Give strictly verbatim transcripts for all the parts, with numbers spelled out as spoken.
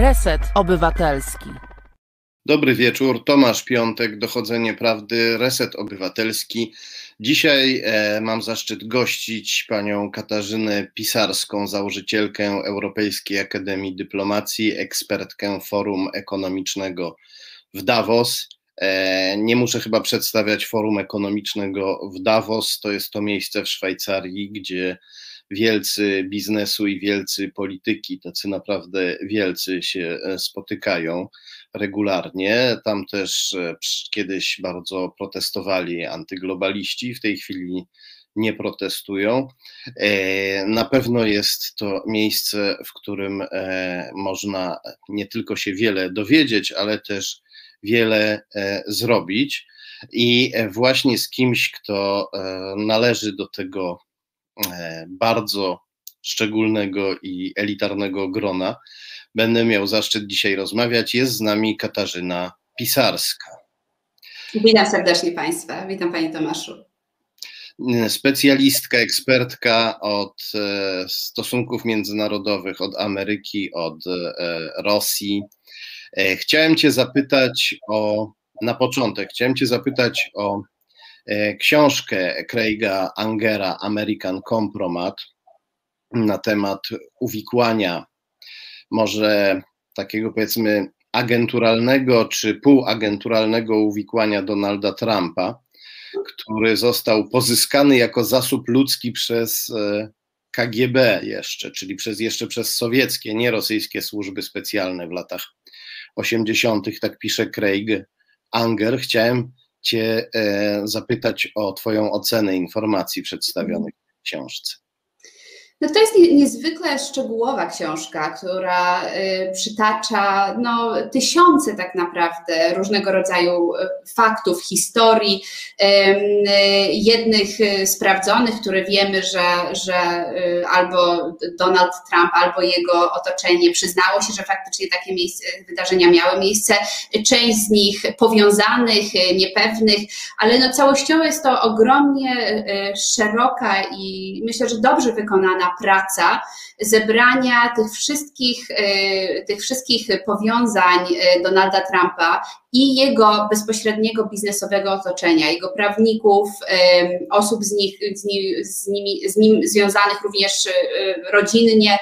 Reset Obywatelski. Dobry wieczór, Tomasz Piątek, Dochodzenie Prawdy, Reset Obywatelski. Dzisiaj e, mam zaszczyt gościć panią Katarzynę Pisarską, założycielkę Europejskiej Akademii Dyplomacji, ekspertkę Forum Ekonomicznego w Davos. E, nie muszę chyba przedstawiać Forum Ekonomicznego w Davos, to jest to miejsce w Szwajcarii, gdzie wielcy biznesu i wielcy polityki, tacy naprawdę wielcy się spotykają regularnie. Tam też kiedyś bardzo protestowali antyglobaliści, w tej chwili nie protestują. Na pewno jest to miejsce, w którym można nie tylko się wiele dowiedzieć, ale też wiele zrobić. I właśnie z kimś, kto należy do tego bardzo szczególnego i elitarnego grona będę miał zaszczyt dzisiaj rozmawiać. Jest z nami Katarzyna Pisarska. Witam serdecznie Państwa. Witam Panie Tomaszu. Specjalistka, ekspertka od stosunków międzynarodowych, od Ameryki, od Rosji. Chciałem Cię zapytać o, na początek, chciałem Cię zapytać o książkę Craiga Angera American Compromat na temat uwikłania, może takiego powiedzmy agenturalnego czy półagenturalnego uwikłania Donalda Trumpa, który został pozyskany jako zasób ludzki przez K G B jeszcze, czyli przez, jeszcze przez sowieckie, nie rosyjskie służby specjalne w latach osiemdziesiątych, tak pisze Craig Anger. Chciałem Cię e, zapytać o Twoją ocenę informacji przedstawionych w książce. No to jest nie, niezwykle szczegółowa książka, która y, przytacza no, tysiące tak naprawdę różnego rodzaju faktów, historii, y, y, jednych y, sprawdzonych, które wiemy, że, że y, albo Donald Trump, albo jego otoczenie przyznało się, że faktycznie takie miejsce, wydarzenia miały miejsce, część z nich powiązanych, y, niepewnych, ale no, całościowo jest to ogromnie y, szeroka i myślę, że dobrze wykonana praca zebrania tych wszystkich, tych wszystkich powiązań Donalda Trumpa i jego bezpośredniego biznesowego otoczenia, jego prawników, osób z, nich, z, nim, z, nimi, z nim związanych również rodzinnie,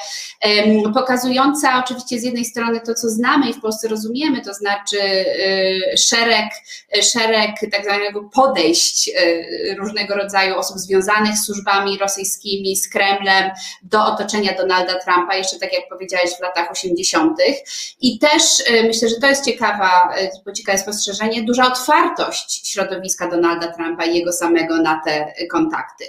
pokazująca oczywiście z jednej strony to, co znamy i w Polsce rozumiemy, to znaczy szereg, szereg tak zwanego podejść różnego rodzaju osób związanych z służbami rosyjskimi, z Kremlem, do otoczenia Donalda Trumpa, jeszcze tak jak powiedziałeś w latach osiemdziesiątych. I też myślę, że to jest ciekawa, ciekawe spostrzeżenie, duża otwartość środowiska Donalda Trumpa i jego samego na te kontakty.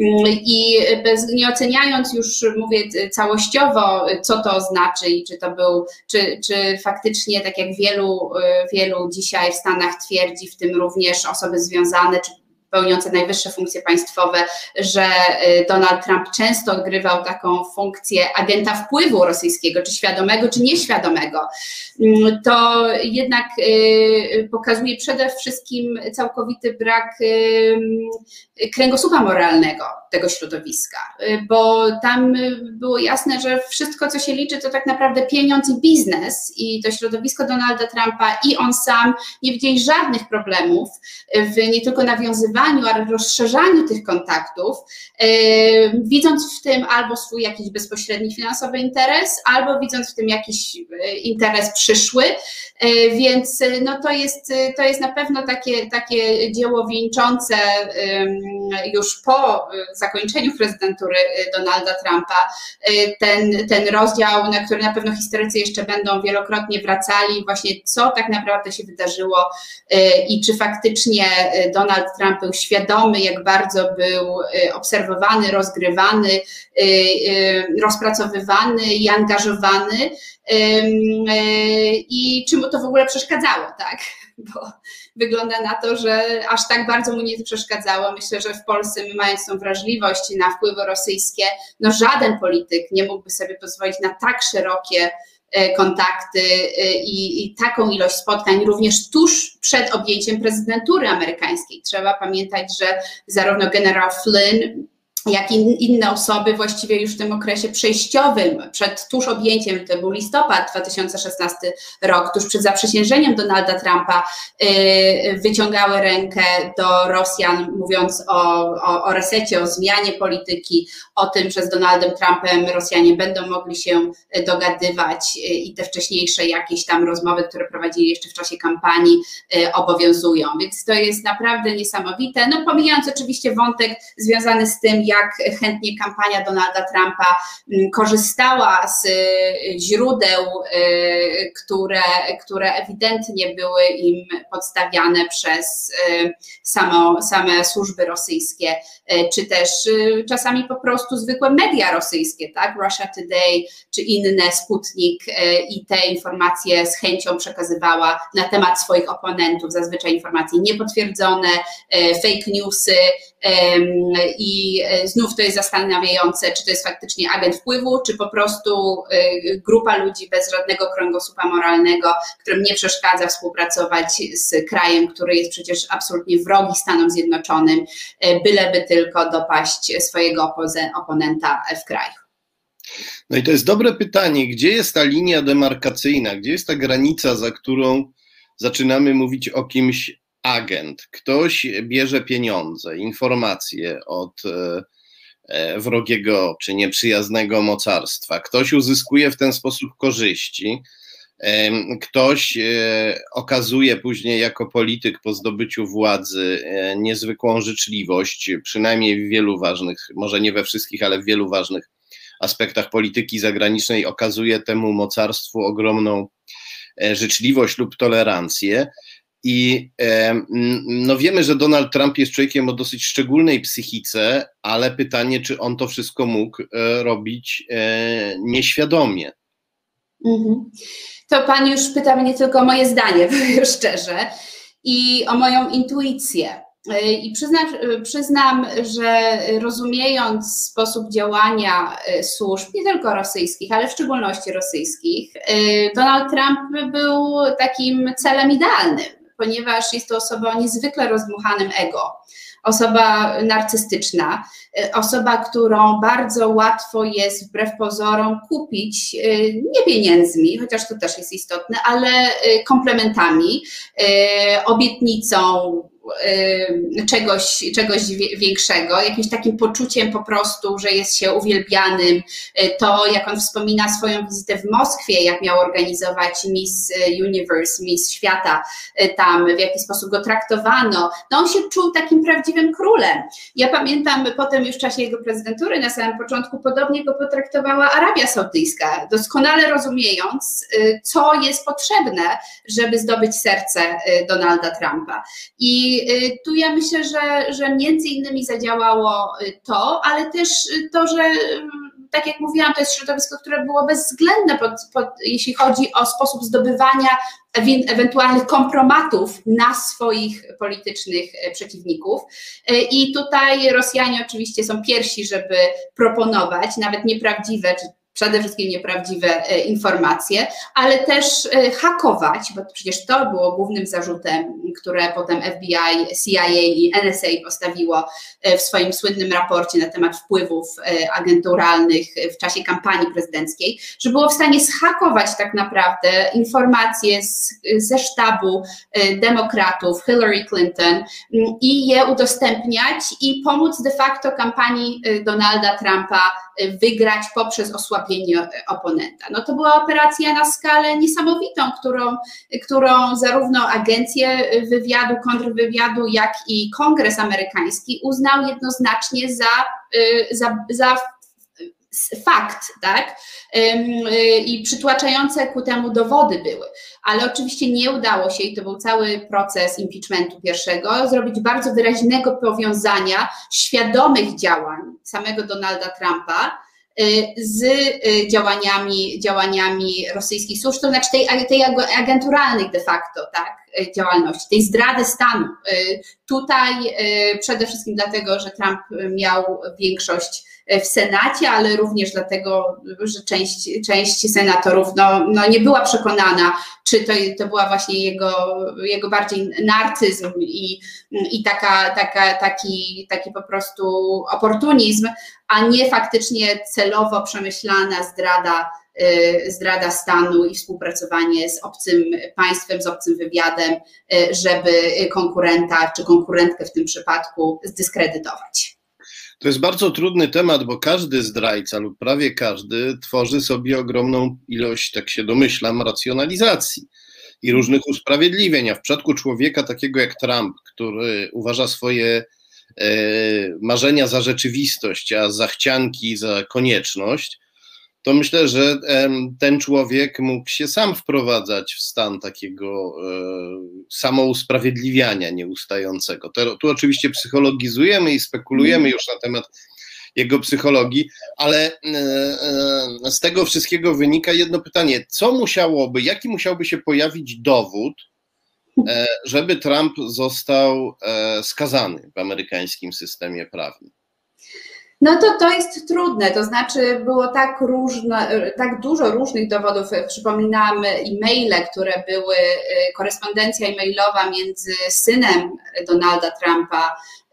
I bez, nie oceniając już, mówię całościowo, co to znaczy i czy to był, czy, czy faktycznie, tak jak wielu, wielu dzisiaj w Stanach twierdzi, w tym również osoby związane, czy pełniące najwyższe funkcje państwowe, że Donald Trump często odgrywał taką funkcję agenta wpływu rosyjskiego, czy świadomego, czy nieświadomego, to jednak pokazuje przede wszystkim całkowity brak kręgosłupa moralnego tego środowiska, bo tam było jasne, że wszystko, co się liczy, to tak naprawdę pieniądz i biznes, i to środowisko Donalda Trumpa i on sam nie widzieli żadnych problemów w nie tylko nawiązywaniu, ale rozszerzaniu tych kontaktów, widząc w tym albo swój jakiś bezpośredni finansowy interes, albo widząc w tym jakiś interes przyszły, więc no to jest, to jest na pewno takie, takie dzieło wieńczące już po zakończeniu prezydentury Donalda Trumpa, ten, ten rozdział, na który na pewno historycy jeszcze będą wielokrotnie wracali, właśnie co tak naprawdę się wydarzyło i czy faktycznie Donald Trump był świadomy, jak bardzo był obserwowany, rozgrywany, rozpracowywany i angażowany i czy mu to w ogóle przeszkadzało, tak? Bo wygląda na to, że aż tak bardzo mu nie przeszkadzało. Myślę, że w Polsce, my mając tą wrażliwość na wpływy rosyjskie, no żaden polityk nie mógłby sobie pozwolić na tak szerokie kontakty i, i taką ilość spotkań również tuż przed objęciem prezydentury amerykańskiej. Trzeba pamiętać, że zarówno generał Flynn, jak in, inne osoby właściwie już w tym okresie przejściowym, przed, tuż objęciem, to był listopad dwa tysiące szesnasty rok, tuż przed zaprzysiężeniem Donalda Trumpa, yy, wyciągały rękę do Rosjan, mówiąc o, o, o resecie, o zmianie polityki, o tym, że z Donaldem Trumpem Rosjanie będą mogli się dogadywać yy, i te wcześniejsze jakieś tam rozmowy, które prowadzili jeszcze w czasie kampanii, yy, obowiązują. Więc to jest naprawdę niesamowite. No pomijając oczywiście wątek związany z tym, jak jak chętnie kampania Donalda Trumpa korzystała z źródeł, które, które ewidentnie były im podstawiane przez samo, same służby rosyjskie, czy też czasami po prostu zwykłe media rosyjskie, tak? Russia Today czy inne, Sputnik, i te informacje z chęcią przekazywała na temat swoich oponentów, zazwyczaj informacje niepotwierdzone, fake newsy, i znów to jest zastanawiające, czy to jest faktycznie agent wpływu, czy po prostu grupa ludzi bez żadnego kręgosłupa moralnego, którym nie przeszkadza współpracować z krajem, który jest przecież absolutnie wrogi Stanom Zjednoczonym, byleby tylko dopaść swojego oponenta w kraju. No i to jest dobre pytanie, gdzie jest ta linia demarkacyjna, gdzie jest ta granica, za którą zaczynamy mówić o kimś agent. Ktoś bierze pieniądze, informacje od e, wrogiego czy nieprzyjaznego mocarstwa. Ktoś uzyskuje w ten sposób korzyści. E, ktoś e, okazuje później jako polityk po zdobyciu władzy e, niezwykłą życzliwość, przynajmniej w wielu ważnych, może nie we wszystkich, ale w wielu ważnych aspektach polityki zagranicznej okazuje temu mocarstwu ogromną e, życzliwość lub tolerancję. I no wiemy, że Donald Trump jest człowiekiem o dosyć szczególnej psychice, ale pytanie, czy on to wszystko mógł robić nieświadomie. Mhm. To pan już pyta mnie tylko o moje zdanie, powiem szczerze, i o moją intuicję. I przyznam, przyznam, że rozumiejąc sposób działania służb, nie tylko rosyjskich, ale w szczególności rosyjskich, Donald Trump był takim celem idealnym, ponieważ jest to osoba o niezwykle rozdmuchanym ego, osoba narcystyczna, osoba, którą bardzo łatwo jest wbrew pozorom kupić, nie pieniędzmi, chociaż to też jest istotne, ale komplementami, obietnicą czegoś, czegoś większego, jakimś takim poczuciem po prostu, że jest się uwielbianym. To, jak on wspomina swoją wizytę w Moskwie, jak miał organizować Miss Universe, Miss Świata tam, w jaki sposób go traktowano, no on się czuł takim prawdziwym królem. Ja pamiętam potem już w czasie jego prezydentury, na samym początku podobnie go potraktowała Arabia Saudyjska, doskonale rozumiejąc, co jest potrzebne, żeby zdobyć serce Donalda Trumpa. I tu ja myślę, że, że między innymi zadziałało to, ale też to, że tak jak mówiłam, to jest środowisko, które było bezwzględne, pod, pod, jeśli chodzi o sposób zdobywania ewentualnych kompromatów na swoich politycznych przeciwników. I tutaj Rosjanie oczywiście są pierwsi, żeby proponować nawet nieprawdziwe, czy przede wszystkim nieprawdziwe informacje, ale też hakować, bo przecież to było głównym zarzutem, które potem F B I, C I A i N S A postawiło w swoim słynnym raporcie na temat wpływów agenturalnych w czasie kampanii prezydenckiej, że było w stanie zhakować tak naprawdę informacje z, ze sztabu demokratów Hillary Clinton i je udostępniać i pomóc de facto kampanii Donalda Trumpa wygrać poprzez osłabienie oponenta. No to była operacja na skalę niesamowitą, którą, którą zarówno agencje wywiadu, kontrwywiadu, jak i Kongres amerykański uznał jednoznacznie za, za, za fakt, tak? I przytłaczające ku temu dowody były. Ale oczywiście nie udało się, i to był cały proces impeachmentu pierwszego, zrobić bardzo wyraźnego powiązania świadomych działań samego Donalda Trumpa z działaniami, działaniami rosyjskich służb, to znaczy tej, tej agenturalnych de facto, tak, działalności, tej zdrady stanu. Tutaj przede wszystkim dlatego, że Trump miał większość w Senacie, ale również dlatego, że część, część senatorów no, no nie była przekonana, czy to, to była właśnie jego, jego bardziej narcyzm i, i taka, taka, taki, taki po prostu oportunizm, a nie faktycznie celowo przemyślana zdrada, zdrada stanu i współpracowanie z obcym państwem, z obcym wywiadem, żeby konkurenta czy konkurentkę w tym przypadku zdyskredytować. To jest bardzo trudny temat, bo każdy zdrajca lub prawie każdy tworzy sobie ogromną ilość, tak się domyślam, racjonalizacji i różnych usprawiedliwień. A w przypadku człowieka takiego jak Trump, który uważa swoje e, marzenia za rzeczywistość, a zachcianki za konieczność, to myślę, że e, ten człowiek mógł się sam wprowadzać w stan takiego e, samousprawiedliwiania nieustającego. To, tu oczywiście psychologizujemy i spekulujemy już na temat jego psychologii, ale e, e, z tego wszystkiego wynika jedno pytanie. Co musiałoby, jaki musiałby się pojawić dowód, e, żeby Trump został e, skazany w amerykańskim systemie prawnym? No to to jest trudne, to znaczy było tak różne, tak dużo różnych dowodów, przypominam e-maile, które były, korespondencja e-mailowa między synem Donalda Trumpa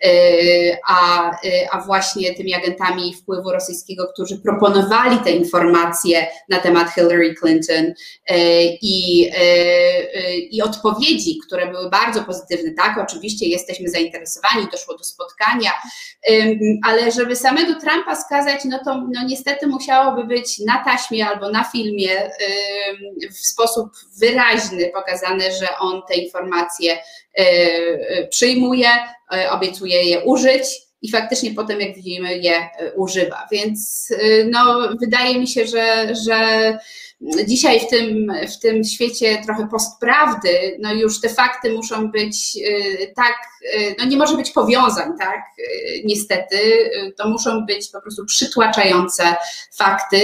a, a właśnie tymi agentami wpływu rosyjskiego, którzy proponowali te informacje na temat Hillary Clinton i, i odpowiedzi, które były bardzo pozytywne, tak, oczywiście jesteśmy zainteresowani, doszło do spotkania, ale żeby samego Trumpa skazać, no to no niestety musiałoby być na taśmie albo na filmie w sposób wyraźny pokazane, że on te informacje przyjmuje, obiecuje je użyć i faktycznie potem, jak widzimy, je używa. Więc no, wydaje mi się, że, że dzisiaj w tym, w tym świecie trochę postprawdy, no już te fakty muszą być tak, no nie może być powiązań, tak, niestety, to muszą być po prostu przytłaczające fakty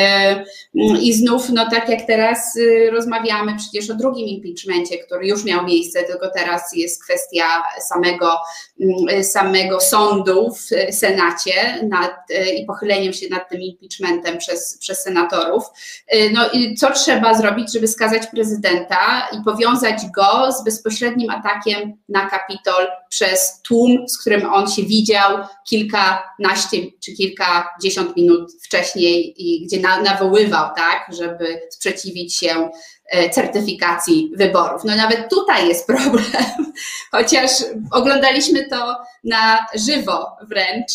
i znów, no tak jak teraz rozmawiamy przecież o drugim impeachmencie, który już miał miejsce, tylko teraz jest kwestia samego, samego sądu w Senacie nad, i pochyleniem się nad tym impeachmentem przez, przez senatorów. No i co trzeba zrobić, żeby skazać prezydenta i powiązać go z bezpośrednim atakiem na Kapitol przez tłum, z którym on się widział kilkanaście czy kilkadziesiąt minut wcześniej i gdzie na, nawoływał, tak, żeby sprzeciwić się certyfikacji wyborów. No nawet tutaj jest problem, chociaż oglądaliśmy to na żywo wręcz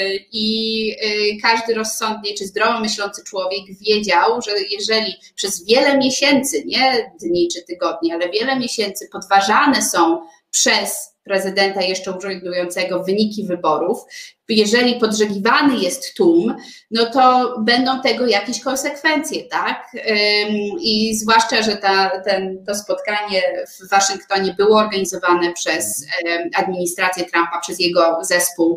i każdy rozsądnie czy zdrowo myślący człowiek wiedział, że jeżeli przez wiele miesięcy, nie dni czy tygodni, ale wiele miesięcy podważane są przez prezydenta jeszcze urzędującego wyniki wyborów, jeżeli podżegiwany jest tłum, no to będą tego jakieś konsekwencje, tak? I zwłaszcza, że ta, ten, to spotkanie w Waszyngtonie było organizowane przez administrację Trumpa, przez jego zespół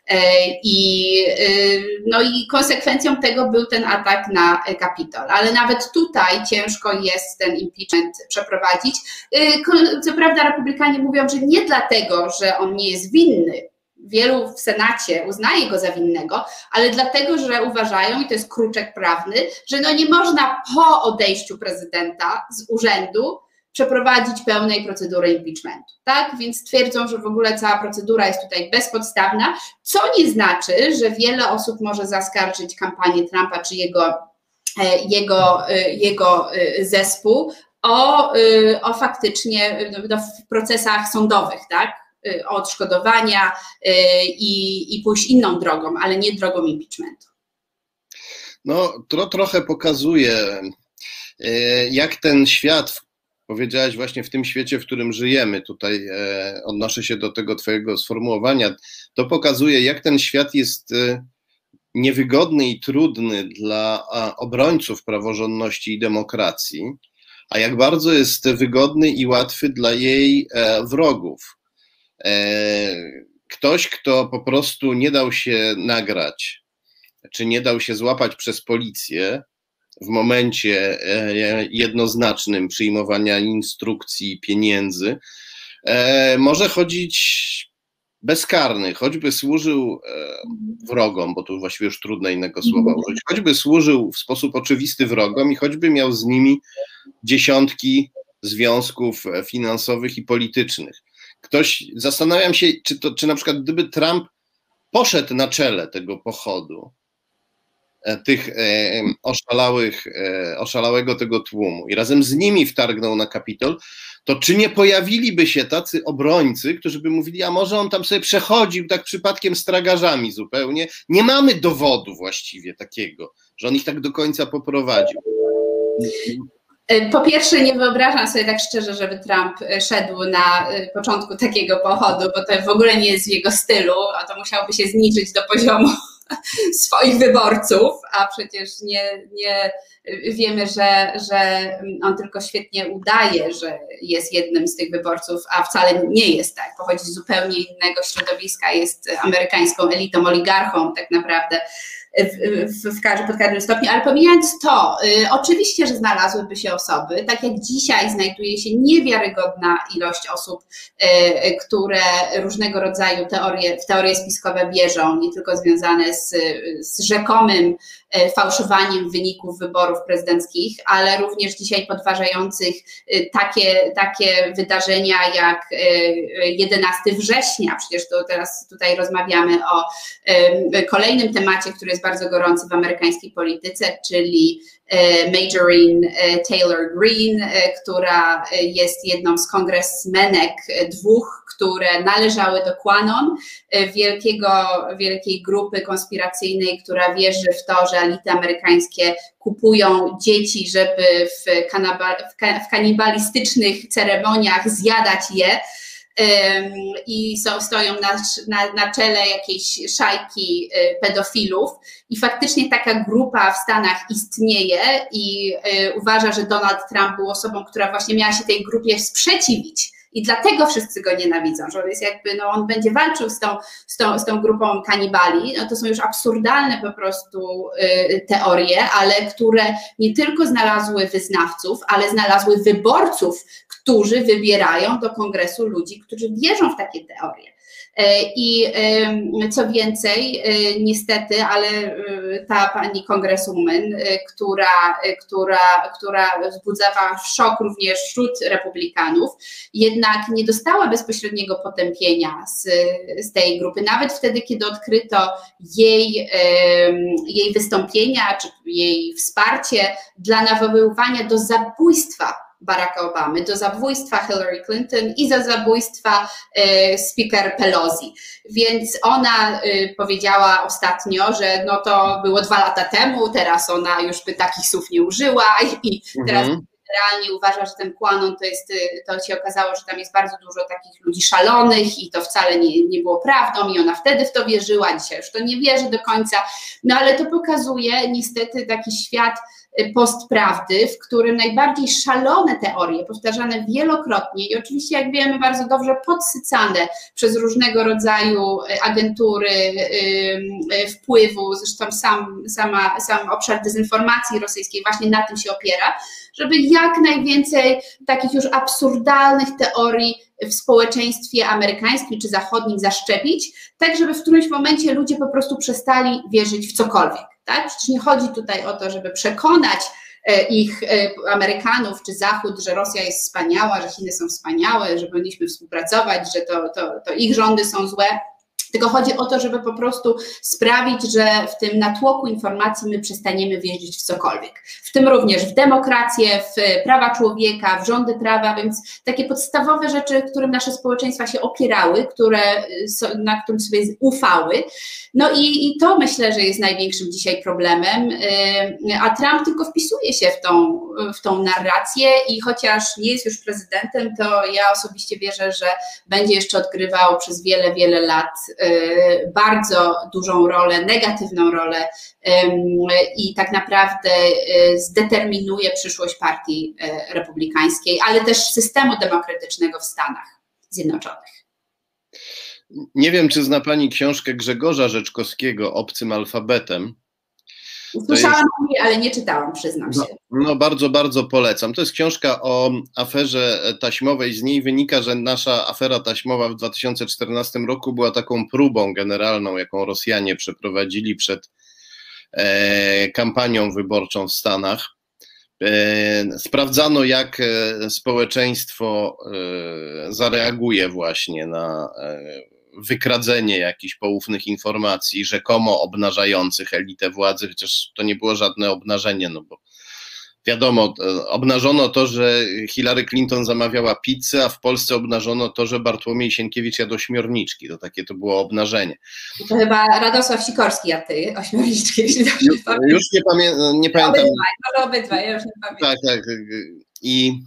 i, no i konsekwencją tego był ten atak na Kapitol. Ale nawet tutaj ciężko jest ten impeachment przeprowadzić. Co prawda Republikanie mówią, że nie dlatego, że on nie jest winny, wielu w Senacie uznaje go za winnego, ale dlatego, że uważają, i to jest kruczek prawny, że no nie można po odejściu prezydenta z urzędu przeprowadzić pełnej procedury impeachmentu, tak? Więc twierdzą, że w ogóle cała procedura jest tutaj bezpodstawna, co nie znaczy, że wiele osób może zaskarżyć kampanię Trumpa czy jego, jego, jego zespół o, o faktycznie no, w procesach sądowych, tak? O odszkodowania i, i pójść inną drogą, ale nie drogą impeachmentu. No, to trochę pokazuje, jak ten świat, powiedziałaś właśnie w tym świecie, w którym żyjemy, tutaj odnoszę się do tego twojego sformułowania, to pokazuje, jak ten świat jest niewygodny i trudny dla obrońców praworządności i demokracji, a jak bardzo jest wygodny i łatwy dla jej wrogów. Ktoś, kto po prostu nie dał się nagrać, czy nie dał się złapać przez policję, w momencie jednoznacznym przyjmowania instrukcji, pieniędzy, może chodzić bezkarny, choćby służył wrogom, bo tu właściwie już trudno innego słowa użyć, choćby służył w sposób oczywisty wrogom i choćby miał z nimi dziesiątki związków finansowych i politycznych. Ktoś, zastanawiam się, czy, to, czy na przykład gdyby Trump poszedł na czele tego pochodu, tych e, oszalałych, e, oszalałego tego tłumu i razem z nimi wtargnął na Kapitol, to czy nie pojawiliby się tacy obrońcy, którzy by mówili, a może on tam sobie przechodził tak przypadkiem z tragarzami zupełnie, nie mamy dowodu właściwie takiego, że on ich tak do końca poprowadził. Po pierwsze, nie wyobrażam sobie tak szczerze, żeby Trump szedł na początku takiego pochodu, bo to w ogóle nie jest w jego stylu, a to musiałby się zniżyć do poziomu swoich wyborców, a przecież nie, nie wiemy, że, że on tylko świetnie udaje, że jest jednym z tych wyborców, a wcale nie jest tak. Pochodzi z zupełnie innego środowiska, jest amerykańską elitą, oligarchą tak naprawdę w, w, w każdym, pod każdym stopniu, ale pomijając to, y, oczywiście, że znalazłyby się osoby, tak jak dzisiaj znajduje się niewiarygodna ilość osób, y, y, które różnego rodzaju teorie, w teorie spiskowe wierzą, nie tylko związane z, z rzekomym y, fałszowaniem wyników wyborów prezydenckich, ale również dzisiaj podważających y, takie, takie wydarzenia jak y, jedenastego września. Przecież to teraz tutaj rozmawiamy o y, kolejnym temacie, który jest bardzo gorący w amerykańskiej polityce, czyli Marjorie Taylor Greene, która jest jedną z kongresmenek dwóch, które należały do QAnon, wielkiego, wielkiej grupy konspiracyjnej, która wierzy w to, że elity amerykańskie kupują dzieci, żeby w, kanaba, w kanibalistycznych ceremoniach zjadać je. I są, stoją na, na, na czele jakiejś szajki pedofilów i faktycznie taka grupa w Stanach istnieje i uważa, że Donald Trump był osobą, która właśnie miała się tej grupie sprzeciwić i dlatego wszyscy go nienawidzą, że on jest jakby, no on będzie walczył z tą, z tą, z tą grupą kanibali. No to są już absurdalne po prostu y, teorie, ale które nie tylko znalazły wyznawców, ale znalazły wyborców, którzy wybierają do kongresu ludzi, którzy wierzą w takie teorie. I co więcej, niestety, ale ta pani kongreswoman, która, która, która wzbudzała szok również wśród republikanów, jednak nie dostała bezpośredniego potępienia z, z tej grupy. Nawet wtedy, kiedy odkryto jej, jej wystąpienia czy jej wsparcie dla nawoływania do zabójstwa Baracka Obamy, do zabójstwa Hillary Clinton i za zabójstwa e, speaker Pelosi. Więc ona e, powiedziała ostatnio, że no to było dwa lata temu, teraz ona już by takich słów nie użyła i teraz mhm. generalnie uważa, że ten QAnon to jest, to się okazało, że tam jest bardzo dużo takich ludzi szalonych i to wcale nie, nie było prawdą i ona wtedy w to wierzyła, dzisiaj już to nie wierzy do końca, no ale to pokazuje niestety taki świat postprawdy, w którym najbardziej szalone teorie, powtarzane wielokrotnie i oczywiście, jak wiemy, bardzo dobrze podsycane przez różnego rodzaju agentury wpływu, zresztą sam, sama, sam obszar dezinformacji rosyjskiej właśnie na tym się opiera, żeby jak najwięcej takich już absurdalnych teorii w społeczeństwie amerykańskim czy zachodnim zaszczepić, tak żeby w którymś momencie ludzie po prostu przestali wierzyć w cokolwiek. Tak? Przecież nie chodzi tutaj o to, żeby przekonać ich, Amerykanów czy Zachód, że Rosja jest wspaniała, że Chiny są wspaniałe, że powinniśmy współpracować, że to, to, to ich rządy są złe. Tylko chodzi o to, żeby po prostu sprawić, że w tym natłoku informacji my przestaniemy wierzyć w cokolwiek. W tym również w demokrację, w prawa człowieka, w rządy prawa, więc takie podstawowe rzeczy, którym nasze społeczeństwa się opierały, które, na którym sobie ufały. No i, i to myślę, że jest największym dzisiaj problemem, a Trump tylko wpisuje się w tą, w tą narrację i chociaż nie jest już prezydentem, to ja osobiście wierzę, że będzie jeszcze odgrywał przez wiele, wiele lat bardzo dużą rolę, negatywną rolę i tak naprawdę zdeterminuje przyszłość partii republikańskiej, ale też systemu demokratycznego w Stanach Zjednoczonych. Nie wiem, czy zna Pani książkę Grzegorza Rzeczkowskiego Obcym alfabetem. Słyszałam o niej, ale nie czytałam, przyznam się. No, no bardzo, bardzo polecam. To jest książka o aferze taśmowej. Z niej wynika, że nasza afera taśmowa w dwa tysiące czternastym roku była taką próbą generalną, jaką Rosjanie przeprowadzili przed e, kampanią wyborczą w Stanach. E, sprawdzano, jak społeczeństwo e, zareaguje właśnie na e, wykradzenie jakichś poufnych informacji, rzekomo obnażających elitę władzy, chociaż to nie było żadne obnażenie, no bo wiadomo, obnażono to, że Hillary Clinton zamawiała pizzę, a w Polsce obnażono to, że Bartłomiej Sienkiewicz jadł ośmiorniczki. To takie to było obnażenie. To chyba Radosław Sikorski jadł tej ośmiorniczki, jeśli dobrze już, pamiętam. Już nie, pamię nie pamiętam. Obydwaj, może obydwaj, ja już nie pamiętam. Tak, tak. I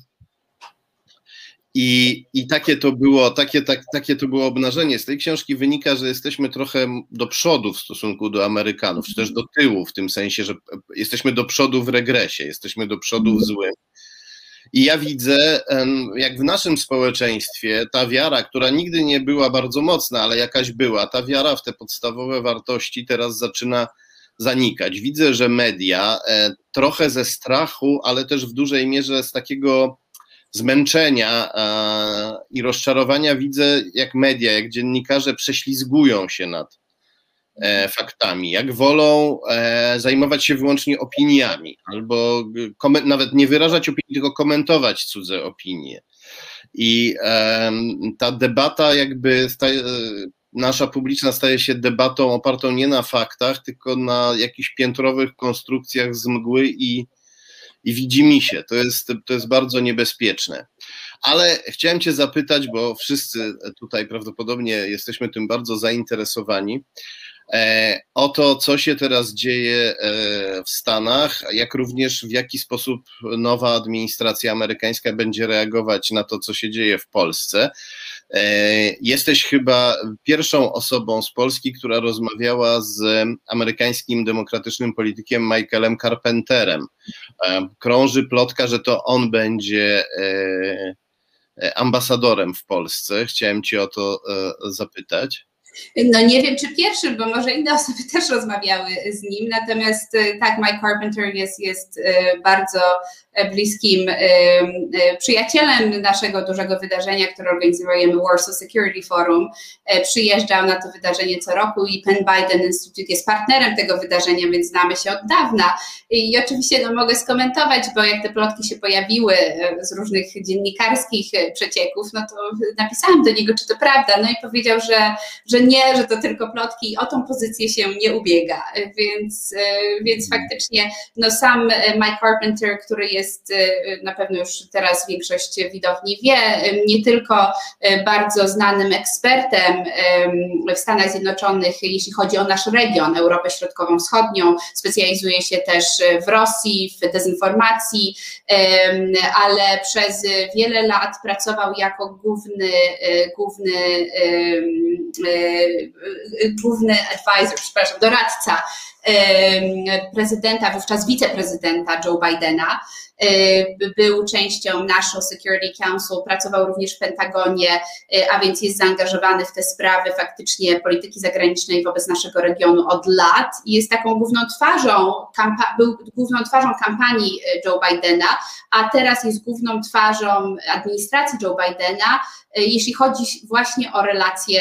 I, I takie to było, takie, tak, takie to było obnażenie. Z tej książki wynika, że jesteśmy trochę do przodu w stosunku do Amerykanów, czy też do tyłu, w tym sensie, że jesteśmy do przodu w regresie, jesteśmy do przodu w złym. I ja widzę, jak w naszym społeczeństwie ta wiara, która nigdy nie była bardzo mocna, ale jakaś była, ta wiara w te podstawowe wartości teraz zaczyna zanikać. Widzę, że media trochę ze strachu, ale też w dużej mierze z takiego zmęczenia e, i rozczarowania widzę, jak media, jak dziennikarze prześlizgują się nad e, faktami, jak wolą e, zajmować się wyłącznie opiniami, albo nawet nie wyrażać opinii, tylko komentować cudze opinie. I e, ta debata jakby staje, nasza publiczna staje się debatą opartą nie na faktach, tylko na jakichś piętrowych konstrukcjach z mgły i I widzimisię. To jest, to jest bardzo niebezpieczne. Ale chciałem cię zapytać, bo wszyscy tutaj prawdopodobnie jesteśmy tym bardzo zainteresowani, e, o to, co się teraz dzieje e, w Stanach, jak również w jaki sposób nowa administracja amerykańska będzie reagować na to, co się dzieje w Polsce. E, jesteś chyba pierwszą osobą z Polski, która rozmawiała z amerykańskim demokratycznym politykiem Michaelem Carpenterem. E, krąży plotka, że to on będzie e, ambasadorem w Polsce. Chciałem cię o to e, zapytać. No nie wiem, czy pierwszym, bo może inne osoby też rozmawiały z nim, natomiast tak, Mike Carpenter jest, jest bardzo bliskim przyjacielem naszego dużego wydarzenia, które organizujemy, Warsaw Security Forum. Przyjeżdżał na to wydarzenie co roku i Penn Biden Institute jest partnerem tego wydarzenia, więc znamy się od dawna. I oczywiście no, mogę skomentować, bo jak te plotki się pojawiły z różnych dziennikarskich przecieków, no to napisałam do niego, czy to prawda, no i powiedział, że, że nie, że to tylko plotki i o tą pozycję się nie ubiega, więc, więc faktycznie no sam Mike Carpenter, który jest na pewno już teraz większość widowni wie, nie tylko bardzo znanym ekspertem w Stanach Zjednoczonych, jeśli chodzi o nasz region, Europę Środkową-Wschodnią, specjalizuje się też w Rosji, w dezinformacji, ale przez wiele lat pracował jako główny, główny główny advisor, przepraszam, doradca prezydenta, wówczas wiceprezydenta Joe Bidena. Był częścią National Security Council, pracował również w Pentagonie, a więc jest zaangażowany w te sprawy faktycznie polityki zagranicznej wobec naszego regionu od lat i jest taką główną twarzą, był główną twarzą kampanii Joe Bidena, a teraz jest główną twarzą administracji Joe Bidena, jeśli chodzi właśnie o relacje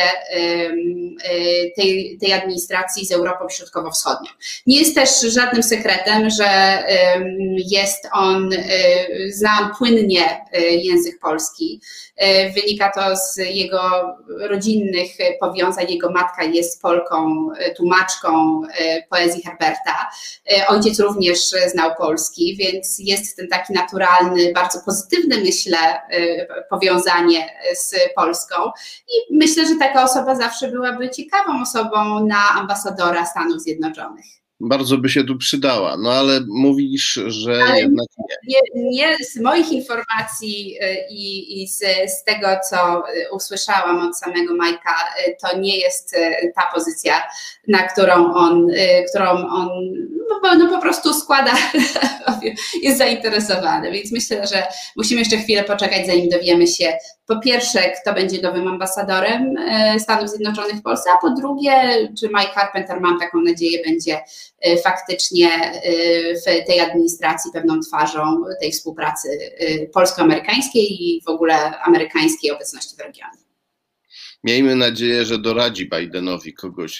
tej, tej administracji z Europą Środkowo-Wschodnią. Nie jest też żadnym sekretem, że jest on, zna płynnie język polski. Wynika to z jego rodzinnych powiązań. Jego matka jest Polką, tłumaczką poezji Herberta. Ojciec również znał polski, więc jest ten taki naturalny, bardzo pozytywny, myślę, powiązanie z Polską. I myślę, że taka osoba zawsze byłaby ciekawą osobą na ambasadora Stanów Zjednoczonych. Bardzo by się tu przydała, no ale mówisz, że ale jednak nie. nie. Nie z moich informacji i, i z, z tego, co usłyszałam od samego Majka, to nie jest ta pozycja, na którą on, którą on no, no po prostu składa, jest zainteresowany, więc myślę, że musimy jeszcze chwilę poczekać, zanim dowiemy się po pierwsze, kto będzie nowym ambasadorem Stanów Zjednoczonych w Polsce, a po drugie, czy Mike Carpenter, mam taką nadzieję, będzie faktycznie w tej administracji pewną twarzą tej współpracy polsko-amerykańskiej i w ogóle amerykańskiej obecności w regionie. Miejmy nadzieję, że doradzi Bidenowi kogoś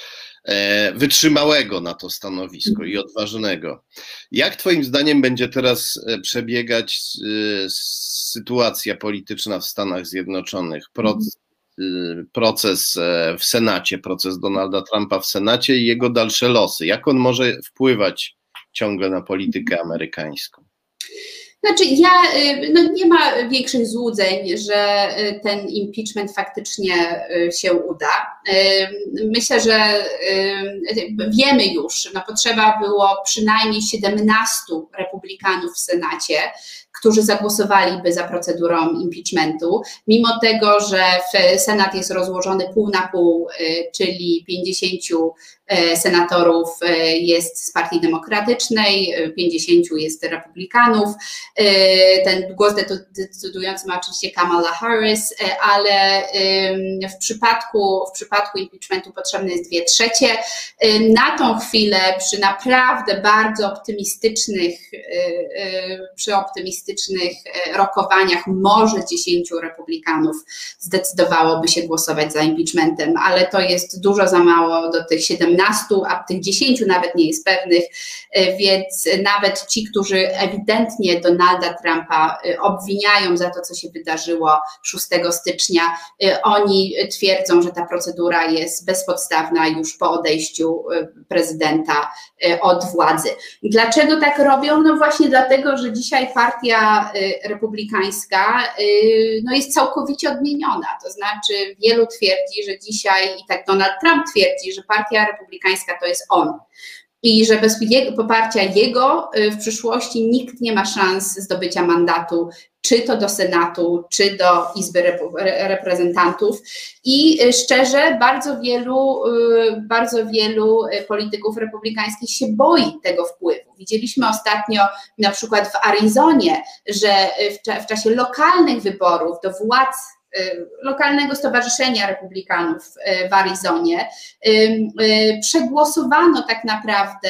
wytrzymałego na to stanowisko i odważnego. Jak twoim zdaniem będzie teraz przebiegać sytuacja polityczna w Stanach Zjednoczonych? Proces, proces w Senacie, proces Donalda Trumpa w Senacie i jego dalsze losy. Jak on może wpływać ciągle na politykę amerykańską? Znaczy ja, no nie ma większych złudzeń, że ten impeachment faktycznie się uda. Myślę, że wiemy już, no potrzeba było przynajmniej siedemnastu republikanów w Senacie, którzy zagłosowaliby za procedurą impeachmentu, mimo tego, że Senat jest rozłożony pół na pół, czyli pięćdziesięciu senatorów jest z Partii Demokratycznej, pięćdziesięciu jest republikanów. Ten głos decydujący ma oczywiście Kamala Harris, ale w przypadku, w przypadku impeachmentu potrzebne jest dwie trzecie. Na tą chwilę przy naprawdę bardzo optymistycznych, przy optymistycznych rokowaniach może dziesięciu republikanów zdecydowałoby się głosować za impeachmentem, ale to jest dużo za mało do tych siedemnastu, a tych dziesięciu nawet nie jest pewnych, więc nawet ci, którzy ewidentnie Donalda Trumpa obwiniają za to, co się wydarzyło szóstego stycznia, oni twierdzą, że ta procedura jest bezpodstawna już po odejściu prezydenta od władzy. Dlaczego tak robią? No właśnie dlatego, że dzisiaj partia republikańska no jest całkowicie odmieniona, to znaczy wielu twierdzi, że dzisiaj i tak Donald Trump twierdzi, że partia republikańska to jest on. I że bez jego, poparcia jego w przyszłości nikt nie ma szans zdobycia mandatu, czy to do Senatu, czy do Izby Reprezentantów. I szczerze, bardzo wielu, bardzo wielu polityków republikańskich się boi tego wpływu. Widzieliśmy ostatnio na przykład w Arizonie, że w, w czasie lokalnych wyborów do władz lokalnego stowarzyszenia republikanów w Arizonie przegłosowano tak naprawdę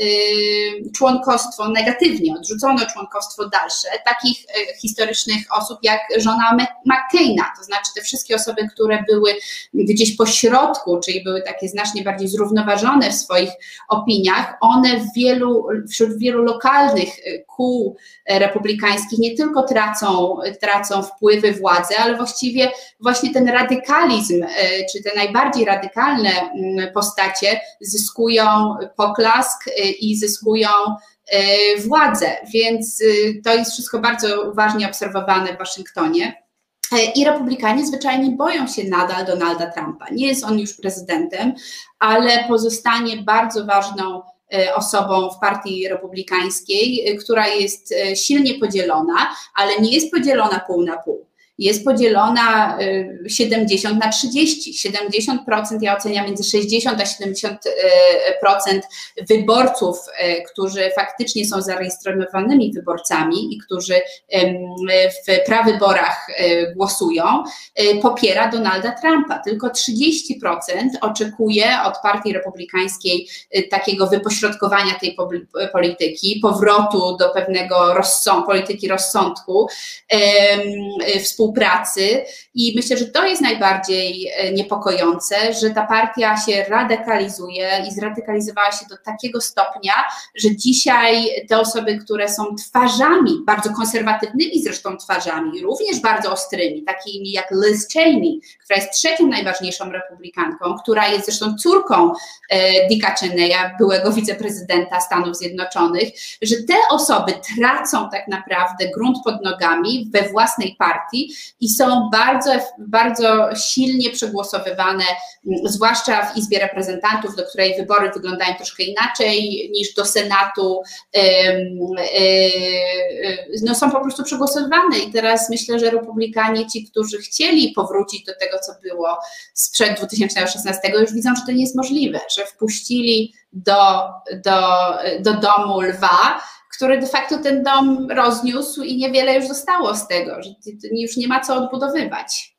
członkostwo negatywnie, odrzucono członkostwo dalsze takich historycznych osób jak żona McCaina, to znaczy te wszystkie osoby, które były gdzieś po środku, czyli były takie znacznie bardziej zrównoważone w swoich opiniach, one w wielu, wśród wielu lokalnych kół republikańskich nie tylko tracą, tracą wpływy władzy, ale właściwie właśnie ten radykalizm, czy te najbardziej radykalne postacie zyskują poklask i zyskują władzę, więc to jest wszystko bardzo uważnie obserwowane w Waszyngtonie. I republikanie zwyczajnie boją się nadal Donalda Trumpa. Nie jest on już prezydentem, ale pozostanie bardzo ważną osobą w partii republikańskiej, która jest silnie podzielona, ale nie jest podzielona pół na pół. Jest podzielona siedemdziesiąt na trzydzieści. siedemdziesiąt procent ja oceniam między sześćdziesiąt a siedemdziesiąt procent wyborców, którzy faktycznie są zarejestrowanymi wyborcami i którzy w prawyborach głosują, popiera Donalda Trumpa. Tylko trzydzieści procent oczekuje od partii republikańskiej takiego wypośrodkowania tej polityki, powrotu do pewnego rozsąd, polityki rozsądku, współpracy. Współpracy i myślę, że to jest najbardziej niepokojące, że ta partia się radykalizuje i zradykalizowała się do takiego stopnia, że dzisiaj te osoby, które są twarzami, bardzo konserwatywnymi zresztą twarzami, również bardzo ostrymi, takimi jak Liz Cheney, która jest trzecią najważniejszą republikanką, która jest zresztą córką Dicka Cheneya, byłego wiceprezydenta Stanów Zjednoczonych, że te osoby tracą tak naprawdę grunt pod nogami we własnej partii, i są bardzo, bardzo silnie przegłosowywane, zwłaszcza w Izbie Reprezentantów, do której wybory wyglądają troszkę inaczej niż do Senatu, no są po prostu przegłosowywane i teraz myślę, że republikanie, ci, którzy chcieli powrócić do tego, co było sprzed dwa tysiące szesnastego, już widzą, że to nie jest możliwe, że wpuścili do, do, do domu lwa, który de facto ten dom rozniósł i niewiele już zostało z tego, że już nie ma co odbudowywać.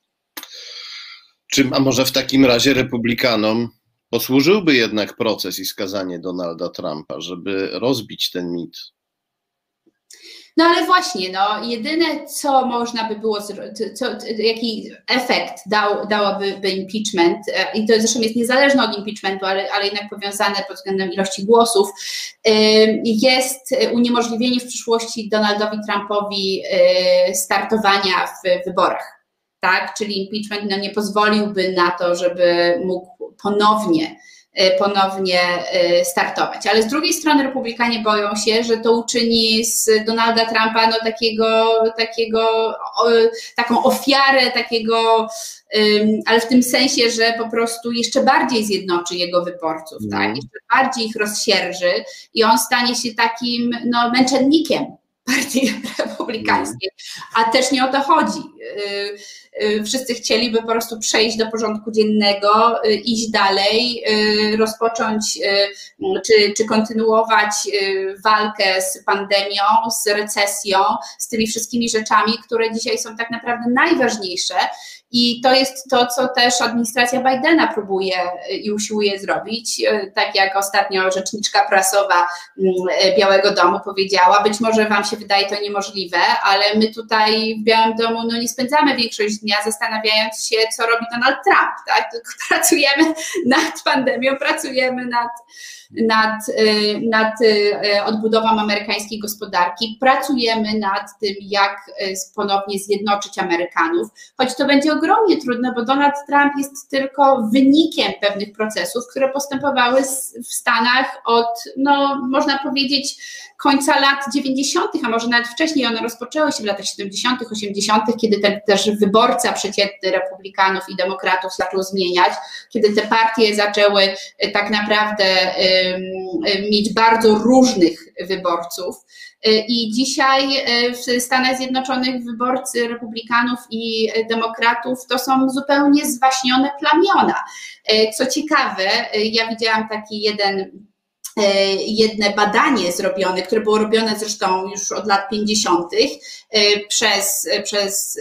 Czy, a może w takim razie republikanom posłużyłby jednak proces i skazanie Donalda Trumpa, żeby rozbić ten mit? No ale właśnie, no, jedyne co można by było, co, jaki efekt dał, dałoby by impeachment, i to zresztą jest niezależne od impeachmentu, ale, ale jednak powiązane pod względem ilości głosów, jest uniemożliwienie w przyszłości Donaldowi Trumpowi startowania w wyborach, tak? Czyli impeachment no, nie pozwoliłby na to, żeby mógł ponownie ponownie startować. Ale z drugiej strony republikanie boją się, że to uczyni z Donalda Trumpa no, takiego, takiego, o, taką ofiarę, takiego, um, ale w tym sensie, że po prostu jeszcze bardziej zjednoczy jego wyborców, mm. tak? Jeszcze bardziej ich rozsierży i on stanie się takim no, męczennikiem partii republikańskiej, a też nie o to chodzi. Wszyscy chcieliby po prostu przejść do porządku dziennego, iść dalej, rozpocząć czy, czy kontynuować walkę z pandemią, z recesją, z tymi wszystkimi rzeczami, które dzisiaj są tak naprawdę najważniejsze. I to jest to, co też administracja Bidena próbuje i usiłuje zrobić, tak jak ostatnio rzeczniczka prasowa Białego Domu powiedziała, być może wam się wydaje to niemożliwe, ale my tutaj w Białym Domu no, nie spędzamy większość dnia zastanawiając się, co robi Donald Trump, tak? Tylko pracujemy nad pandemią, pracujemy nad, nad, nad odbudową amerykańskiej gospodarki, pracujemy nad tym, jak ponownie zjednoczyć Amerykanów, choć to będzie ogromnie trudne, bo Donald Trump jest tylko wynikiem pewnych procesów, które postępowały w Stanach od, no można powiedzieć, końca lat dziewięćdziesiątych, a może nawet wcześniej. One rozpoczęły się w latach siedemdziesiątych, osiemdziesiątych, kiedy ten też wyborca przeciętny republikanów i demokratów zaczął zmieniać, kiedy te partie zaczęły tak naprawdę um, mieć bardzo różnych wyborców. I dzisiaj w Stanach Zjednoczonych wyborcy republikanów i demokratów to są zupełnie zwaśnione plamiona. Co ciekawe, ja widziałam taki jeden jedno badanie zrobione, które było robione zresztą już od lat pięćdziesiątych przez, przez,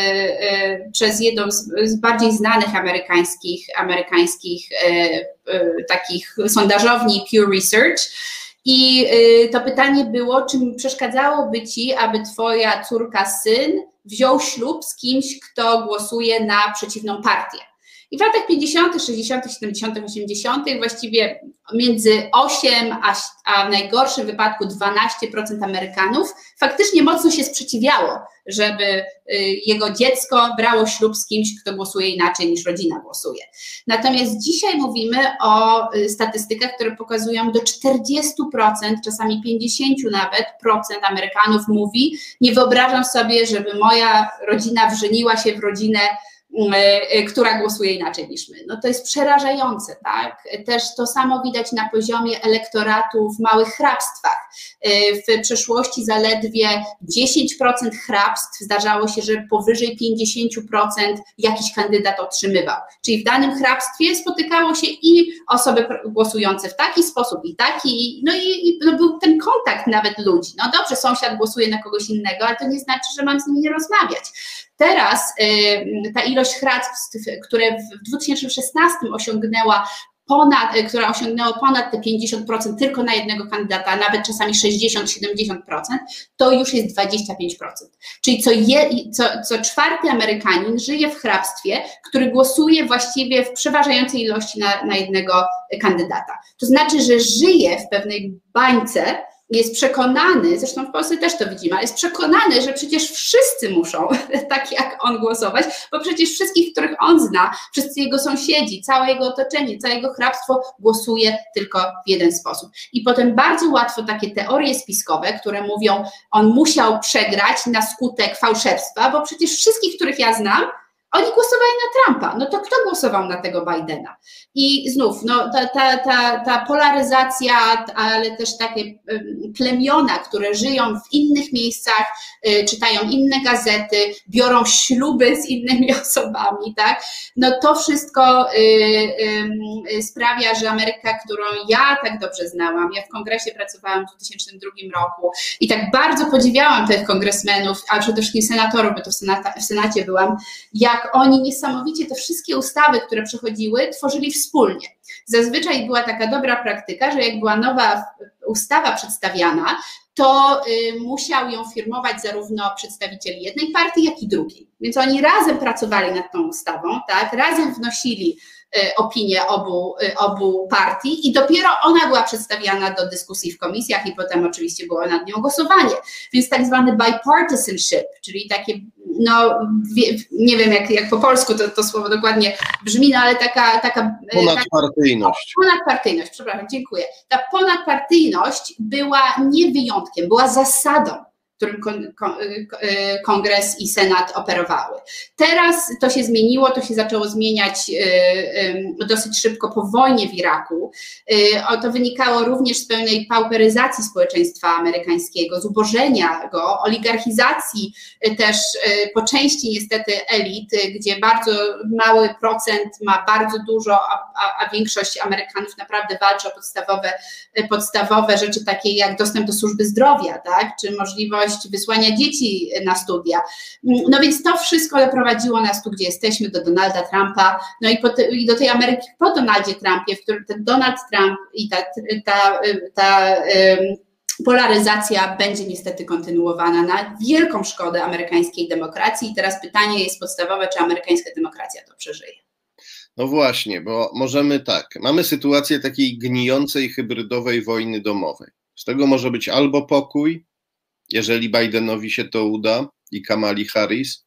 przez jedną z, z bardziej znanych amerykańskich, amerykańskich takich sondażowni Pew Research. I to pytanie było, czy przeszkadzałoby ci, aby twoja córka, syn wziął ślub z kimś, kto głosuje na przeciwną partię. I w latach pięćdziesiątych, sześćdziesiątych, siedemdziesiątych, osiemdziesiątych właściwie między osiem a, a w najgorszym wypadku dwanaście procent Amerykanów faktycznie mocno się sprzeciwiało, żeby y, jego dziecko brało ślub z kimś, kto głosuje inaczej niż rodzina głosuje. Natomiast dzisiaj mówimy o y, statystykach, które pokazują do czterdziestu procent, czasami pięćdziesięciu nawet procent Amerykanów mówi, nie wyobrażam sobie, żeby moja rodzina wżeniła się w rodzinę, która głosuje inaczej niż my. No to jest przerażające, tak? Też to samo widać na poziomie elektoratu w małych hrabstwach. W przeszłości zaledwie dziesięć procent hrabstw zdarzało się, że powyżej pięćdziesiąt procent jakiś kandydat otrzymywał. Czyli w danym hrabstwie spotykało się i osoby głosujące w taki sposób i taki, no i, i no był ten kontakt nawet ludzi. No dobrze, sąsiad głosuje na kogoś innego, ale to nie znaczy, że mam z nim nie rozmawiać. Teraz y, ta ilość hrabstw, które w dwa tysiące szesnastym osiągnęła ponad, która osiągnęła ponad te pięćdziesiąt procent tylko na jednego kandydata, nawet czasami sześćdziesiąt do siedemdziesięciu procent, to już jest dwadzieścia pięć procent. Czyli co, je, co, co czwarty Amerykanin żyje w hrabstwie, który głosuje właściwie w przeważającej ilości na, na jednego kandydata. To znaczy, że żyje w pewnej bańce, jest przekonany, zresztą w Polsce też to widzimy, ale jest przekonany, że przecież wszyscy muszą tak jak on głosować, bo przecież wszystkich, których on zna, wszyscy jego sąsiedzi, całe jego otoczenie, całe jego hrabstwo głosuje tylko w jeden sposób. I potem bardzo łatwo takie teorie spiskowe, które mówią, on musiał przegrać na skutek fałszerstwa, bo przecież wszystkich, których ja znam, oni głosowali na Trumpa, no to kto głosował na tego Bidena? I znów, no ta, ta, ta, ta polaryzacja, ale też takie plemiona, które żyją w innych miejscach, czytają inne gazety, biorą śluby z innymi osobami, tak? No to wszystko sprawia, że Ameryka, którą ja tak dobrze znałam, ja w kongresie pracowałam w dwa tysiące drugim roku i tak bardzo podziwiałam tych kongresmenów, a przede wszystkim senatorów, bo to w, senata, w Senacie byłam, jak oni niesamowicie te wszystkie ustawy, które przechodziły, tworzyli wspólnie. Zazwyczaj była taka dobra praktyka, że jak była nowa ustawa przedstawiana, to y, musiał ją firmować zarówno przedstawiciel jednej partii, jak i drugiej. Więc oni razem pracowali nad tą ustawą, tak, razem wnosili y, opinię obu, y, obu partii i dopiero ona była przedstawiana do dyskusji w komisjach i potem oczywiście było nad nią głosowanie. Więc tak zwany bipartisanship, czyli takie, no wie, nie wiem jak, jak po polsku to, to słowo dokładnie brzmi, no ale taka... taka ponadpartyjność. Taka, ponadpartyjność, przepraszam, dziękuję. Ta ponadpartyjność była nie wyjątkiem, była zasadą, którym kon, kon, Kongres i Senat operowały. Teraz to się zmieniło, to się zaczęło zmieniać y, y, dosyć szybko po wojnie w Iraku. Y, to wynikało również z pełnej pauperyzacji społeczeństwa amerykańskiego, zubożenia go, oligarchizacji y, też y, po części niestety elit, y, gdzie bardzo mały procent ma bardzo dużo, a, a, a większość Amerykanów naprawdę walczy o podstawowe, y, podstawowe rzeczy takie jak dostęp do służby zdrowia, tak, czy możliwość wysłania dzieci na studia. No więc to wszystko doprowadziło nas tu, gdzie jesteśmy, do Donalda Trumpa, no i, po te, i do tej Ameryki po Donaldzie Trumpie, w którym ten Donald Trump i ta, ta, ta um, polaryzacja będzie niestety kontynuowana na wielką szkodę amerykańskiej demokracji i teraz pytanie jest podstawowe, czy amerykańska demokracja to przeżyje. No właśnie, bo możemy tak, mamy sytuację takiej gnijącej, hybrydowej wojny domowej. Z tego może być albo pokój, jeżeli Bidenowi się to uda i Kamali Harris,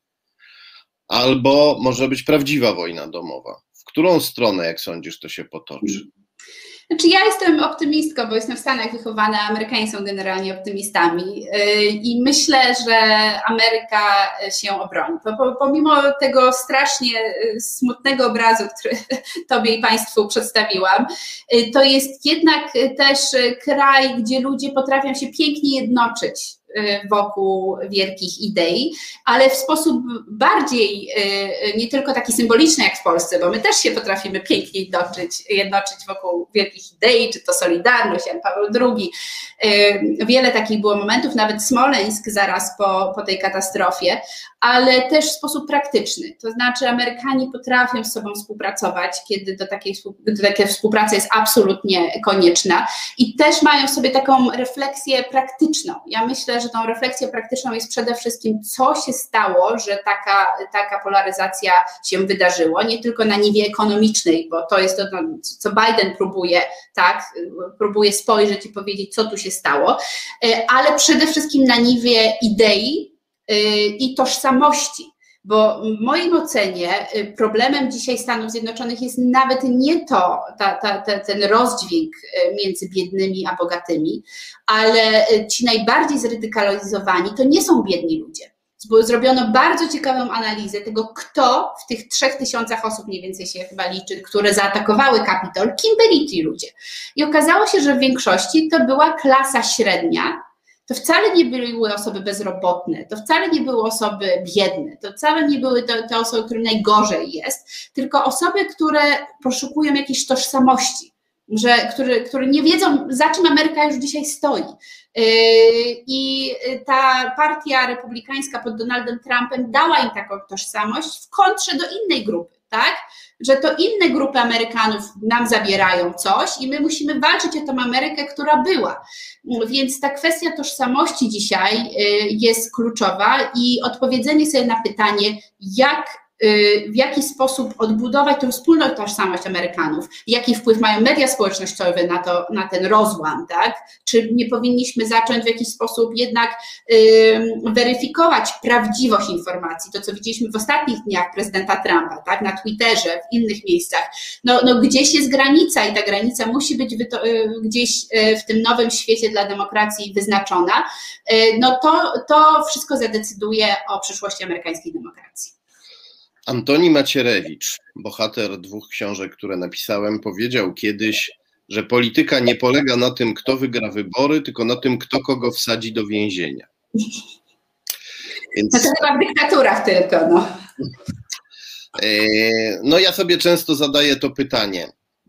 albo może być prawdziwa wojna domowa. W którą stronę, jak sądzisz, to się potoczy? Znaczy ja jestem optymistką, bo jestem w Stanach wychowana, Amerykanie są generalnie optymistami i myślę, że Ameryka się obroni. Pomimo tego strasznie smutnego obrazu, który Tobie i Państwu przedstawiłam, to jest jednak też kraj, gdzie ludzie potrafią się pięknie jednoczyć wokół wielkich idei, ale w sposób bardziej nie tylko taki symboliczny jak w Polsce, bo my też się potrafimy pięknie jednoczyć, jednoczyć wokół wielkich idei, czy to Solidarność, Jan Paweł drugi. Wiele takich było momentów, nawet Smoleńsk zaraz po, po tej katastrofie, ale też w sposób praktyczny. To znaczy Amerykanie potrafią z sobą współpracować, kiedy do takiej, do takiej współpracy jest absolutnie konieczna i też mają w sobie taką refleksję praktyczną. Ja myślę, że tą refleksją praktyczną jest przede wszystkim, co się stało, że taka, taka polaryzacja się wydarzyło, nie tylko na niwie ekonomicznej, bo to jest to, co Biden próbuje, tak, próbuje spojrzeć i powiedzieć, co tu się stało, ale przede wszystkim na niwie idei i tożsamości. Bo w moim ocenie problemem dzisiaj Stanów Zjednoczonych jest nawet nie to, ta, ta, ta, ten rozdźwięk między biednymi a bogatymi, ale ci najbardziej zradykalizowani to nie są biedni ludzie. Bo zrobiono bardzo ciekawą analizę tego, kto w tych trzech tysiącach osób mniej więcej się chyba liczy, które zaatakowały Kapitol, kim byli ci ludzie. I okazało się, że w większości to była klasa średnia. To wcale nie były osoby bezrobotne, to wcale nie były osoby biedne, to wcale nie były te, te osoby, którym najgorzej jest, tylko osoby, które poszukują jakiejś tożsamości, że, które, które nie wiedzą, za czym Ameryka już dzisiaj stoi. Yy, I ta partia republikańska pod Donaldem Trumpem dała im taką tożsamość w kontrze do innej grupy, tak? Że to inne grupy Amerykanów nam zabierają coś i my musimy walczyć o tę Amerykę, która była. Więc ta kwestia tożsamości dzisiaj jest kluczowa i odpowiedzenie sobie na pytanie, jak w jaki sposób odbudować tę wspólną tożsamość Amerykanów, jaki wpływ mają media społecznościowe na, to, na ten rozłam, tak? Czy nie powinniśmy zacząć w jakiś sposób jednak weryfikować prawdziwość informacji, to co widzieliśmy w ostatnich dniach prezydenta Trumpa, tak? Na Twitterze, w innych miejscach. No, no gdzieś jest granica i ta granica musi być gdzieś w tym nowym świecie dla demokracji wyznaczona. No to, to wszystko zadecyduje o przyszłości amerykańskiej demokracji. Antoni Macierewicz, bohater dwóch książek, które napisałem, powiedział kiedyś, że polityka nie polega na tym, kto wygra wybory, tylko na tym, kto kogo wsadzi do więzienia. Więc... No to chyba w dyktaturach tylko, no. No ja sobie często zadaję to pytanie.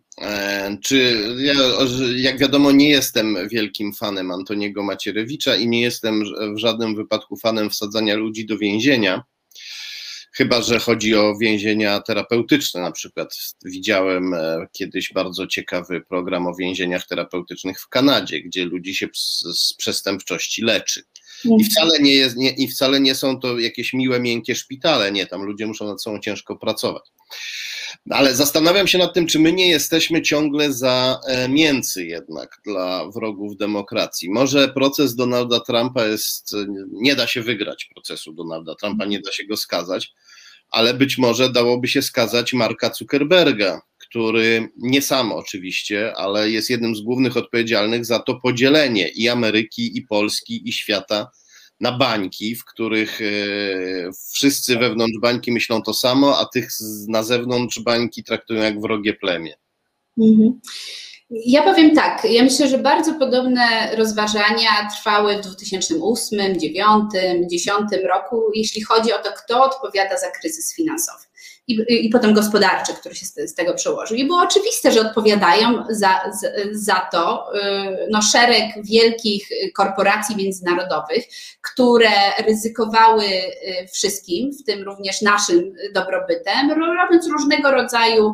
Czy ja, jak wiadomo, nie jestem wielkim fanem Antoniego Macierewicza i nie jestem w żadnym wypadku fanem wsadzania ludzi do więzienia, chyba że chodzi o więzienia terapeutyczne. Na przykład widziałem kiedyś bardzo ciekawy program o więzieniach terapeutycznych w Kanadzie, gdzie ludzi się z przestępczości leczy. I wcale nie jest, nie, i wcale nie są to jakieś miłe, miękkie szpitale, nie, tam ludzie muszą nad sobą ciężko pracować. Ale zastanawiam się nad tym, czy my nie jesteśmy ciągle za mięcy jednak dla wrogów demokracji. Może proces Donalda Trumpa jest, nie da się wygrać procesu Donalda Trumpa, nie da się go skazać, ale być może dałoby się skazać Marka Zuckerberga, który nie sam oczywiście, ale jest jednym z głównych odpowiedzialnych za to podzielenie i Ameryki, i Polski, i świata na bańki, w których wszyscy wewnątrz bańki myślą to samo, a tych na zewnątrz bańki traktują jak wrogie plemię. Mhm. Ja powiem tak, ja myślę, że bardzo podobne rozważania trwały w dwa tysiące ósmym, dwa tysiące dziewiątym, dwa tysiące dziesiątym roku, jeśli chodzi o to, kto odpowiada za kryzys finansowy. I, i potem gospodarczy, który się z, z tego przełożył. I było oczywiste, że odpowiadają za, za, za to no, szereg wielkich korporacji międzynarodowych, które ryzykowały wszystkim, w tym również naszym dobrobytem, robiąc różnego rodzaju,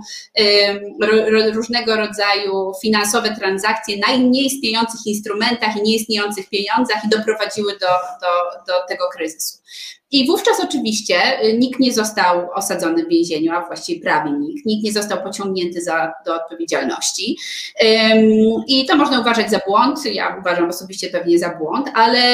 różnego rodzaju finansowe transakcje na nieistniejących instrumentach i nieistniejących pieniądzach i doprowadziły do, do, do tego kryzysu. I wówczas oczywiście nikt nie został osadzony w więzieniu, a właściwie prawie nikt. Nikt nie został pociągnięty za, do odpowiedzialności. I to można uważać za błąd, ja uważam osobiście pewnie za błąd, ale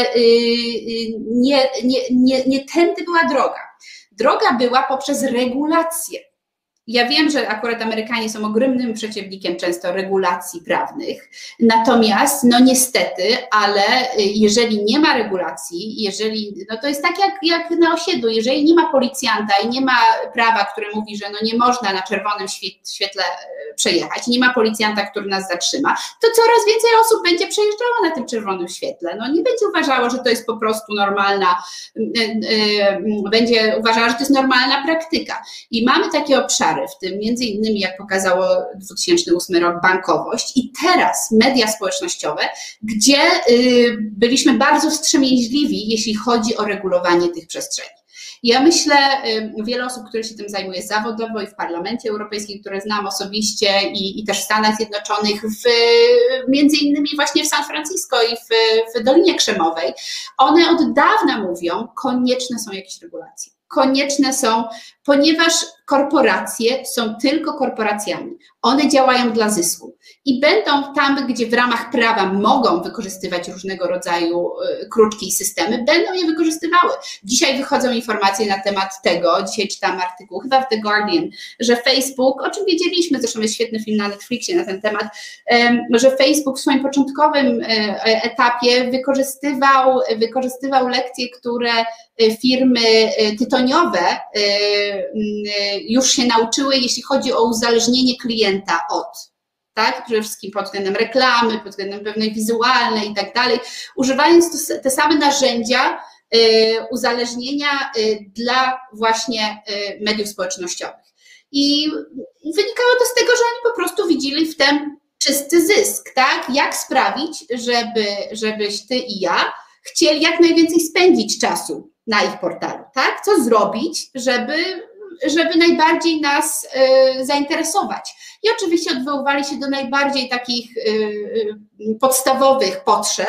nie, nie, nie, nie tędy była droga. Droga była poprzez regulację. Ja wiem, że akurat Amerykanie są ogromnym przeciwnikiem często regulacji prawnych, natomiast no niestety, ale jeżeli nie ma regulacji, jeżeli, no to jest tak jak, jak na osiedlu, jeżeli nie ma policjanta i nie ma prawa, które mówi, że no nie można na czerwonym świetle przejechać, nie ma policjanta, który nas zatrzyma, to coraz więcej osób będzie przejeżdżało na tym czerwonym świetle. No nie będzie uważało, że to jest po prostu normalna, będzie uważała, że to jest normalna praktyka. I mamy takie obszary, w tym między innymi, jak pokazało dwa tysiące ósmy rok, bankowość i teraz media społecznościowe, gdzie y, byliśmy bardzo wstrzemięźliwi, jeśli chodzi o regulowanie tych przestrzeni. Ja myślę, y, wiele osób, które się tym zajmuje zawodowo i w Parlamencie Europejskim, które znam osobiście i, i też w Stanach Zjednoczonych, w, między innymi właśnie w San Francisco i w, w Dolinie Krzemowej, one od dawna mówią, konieczne są jakieś regulacje. Konieczne są, ponieważ korporacje są tylko korporacjami. One działają dla zysku i będą tam, gdzie w ramach prawa mogą wykorzystywać różnego rodzaju kruczki i systemy, będą je wykorzystywały. Dzisiaj wychodzą informacje na temat tego, dzisiaj czytam artykuł, chyba w The Guardian, że Facebook, o czym wiedzieliśmy, zresztą jest świetny film na Netflixie na ten temat, że Facebook w swoim początkowym etapie wykorzystywał, wykorzystywał lekcje, które firmy tytoniowe już się nauczyły, jeśli chodzi o uzależnienie klienta od, tak, przede wszystkim pod względem reklamy, pod względem pewnej wizualnej i tak dalej, używając te same narzędzia uzależnienia dla właśnie mediów społecznościowych. I wynikało to z tego, że oni po prostu widzieli w tym czysty zysk, tak, jak sprawić, żeby, żebyś ty i ja chcieli jak najwięcej spędzić czasu na ich portalu, tak, co zrobić, żeby żeby najbardziej nas y, zainteresować. I oczywiście odwoływali się do najbardziej takich y, y, podstawowych potrzeb,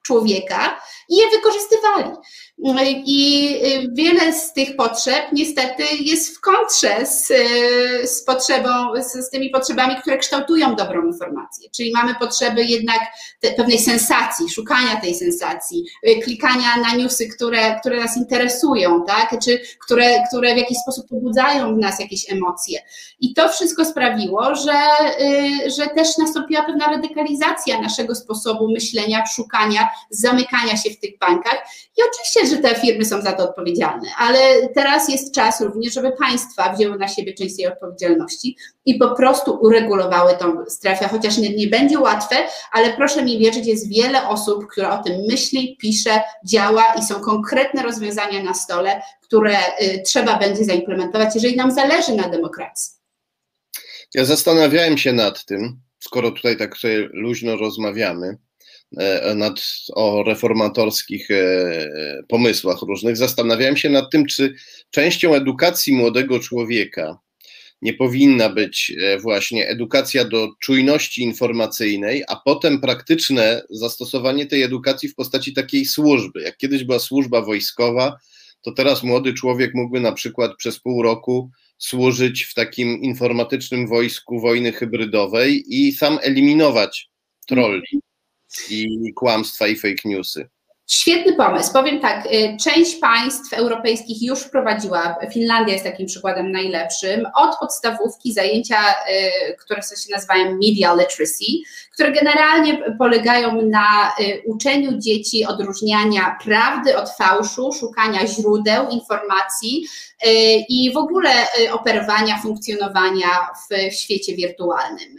człowieka i je wykorzystywali. I wiele z tych potrzeb niestety jest w kontrze z, z potrzebą, z, z tymi potrzebami, które kształtują dobrą informację. Czyli mamy potrzeby jednak te, pewnej sensacji, szukania tej sensacji, klikania na newsy, które, które nas interesują, tak? Czy które, które w jakiś sposób pobudzają w nas jakieś emocje. I to wszystko sprawiło, że, że też nastąpiła pewna radykalizacja naszego sposobu myślenia, szukania, zamykania się w tych bańkach. I oczywiście, że te firmy są za to odpowiedzialne, ale teraz jest czas również, żeby państwa wzięły na siebie część tej odpowiedzialności i po prostu uregulowały tą strefę, chociaż nie, nie będzie łatwe, ale proszę mi wierzyć, jest wiele osób, które o tym myśli, pisze, działa i są konkretne rozwiązania na stole, które y, trzeba będzie zaimplementować, jeżeli nam zależy na demokracji. Ja zastanawiałem się nad tym, skoro tutaj tak sobie luźno rozmawiamy, nad, o reformatorskich pomysłach różnych, zastanawiałem się nad tym, czy częścią edukacji młodego człowieka nie powinna być właśnie edukacja do czujności informacyjnej, a potem praktyczne zastosowanie tej edukacji w postaci takiej służby. Jak kiedyś była służba wojskowa, to teraz młody człowiek mógłby na przykład przez pół roku służyć w takim informatycznym wojsku wojny hybrydowej i sam eliminować trolli i kłamstwa i fake newsy. Świetny pomysł. Powiem tak, część państw europejskich już wprowadziła, Finlandia jest takim przykładem najlepszym, od podstawówki zajęcia, które się nazywają media literacy, które generalnie polegają na uczeniu dzieci odróżniania prawdy od fałszu, szukania źródeł informacji i w ogóle operowania, funkcjonowania w świecie wirtualnym.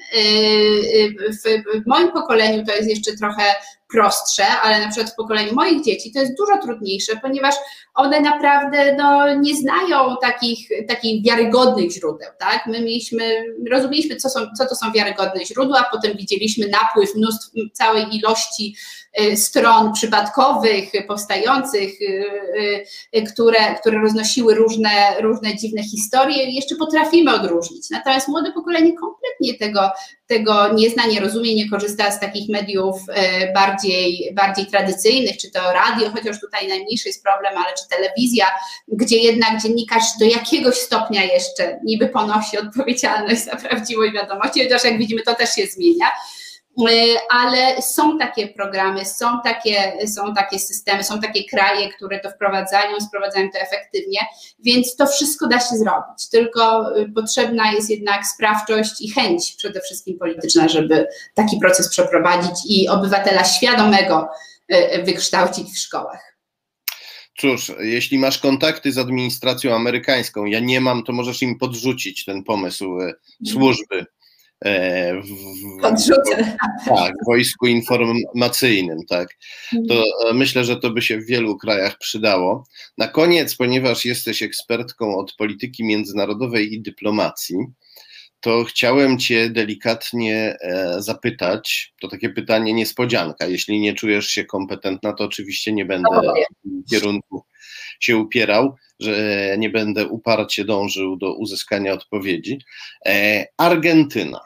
W moim pokoleniu to jest jeszcze trochę prostsze, ale na przykład w pokoleniu moich dzieci to jest dużo trudniejsze, ponieważ one naprawdę no, nie znają takich, takich wiarygodnych źródeł, tak? My mieliśmy, rozumieliśmy, co, są, co to są wiarygodne źródła, a potem widzieliśmy napływ mnóstw, całej ilości y, stron przypadkowych, powstających, y, y, które, które roznosiły różne, różne dziwne historie i jeszcze potrafimy odróżnić. Natomiast młode pokolenie kompletnie tego, tego nie zna, nie rozumie, nie korzysta z takich mediów y, bardziej, bardziej tradycyjnych, czy to radio, chociaż tutaj najmniejszy jest problem, ale czy telewizja, gdzie jednak dziennikarz do jakiegoś stopnia jeszcze niby ponosi odpowiedzialność za prawdziwość wiadomości, chociaż jak widzimy to też się zmienia, ale są takie programy, są takie, są takie systemy, są takie kraje, które to wprowadzają, sprowadzają to efektywnie, więc to wszystko da się zrobić, tylko potrzebna jest jednak sprawczość i chęć przede wszystkim polityczna, żeby taki proces przeprowadzić i obywatela świadomego wykształcić w szkołach. Cóż, jeśli masz kontakty z administracją amerykańską, ja nie mam, to możesz im podrzucić ten pomysł służby w, Podrzucę. Tak, w wojsku informacyjnym, tak. To myślę, że to by się w wielu krajach przydało. Na koniec, ponieważ jesteś ekspertką od polityki międzynarodowej i dyplomacji, to chciałem cię delikatnie zapytać, to takie pytanie niespodzianka, jeśli nie czujesz się kompetentna, to oczywiście nie będę w kierunku się upierał, że nie będę uparcie dążył do uzyskania odpowiedzi. Argentyna.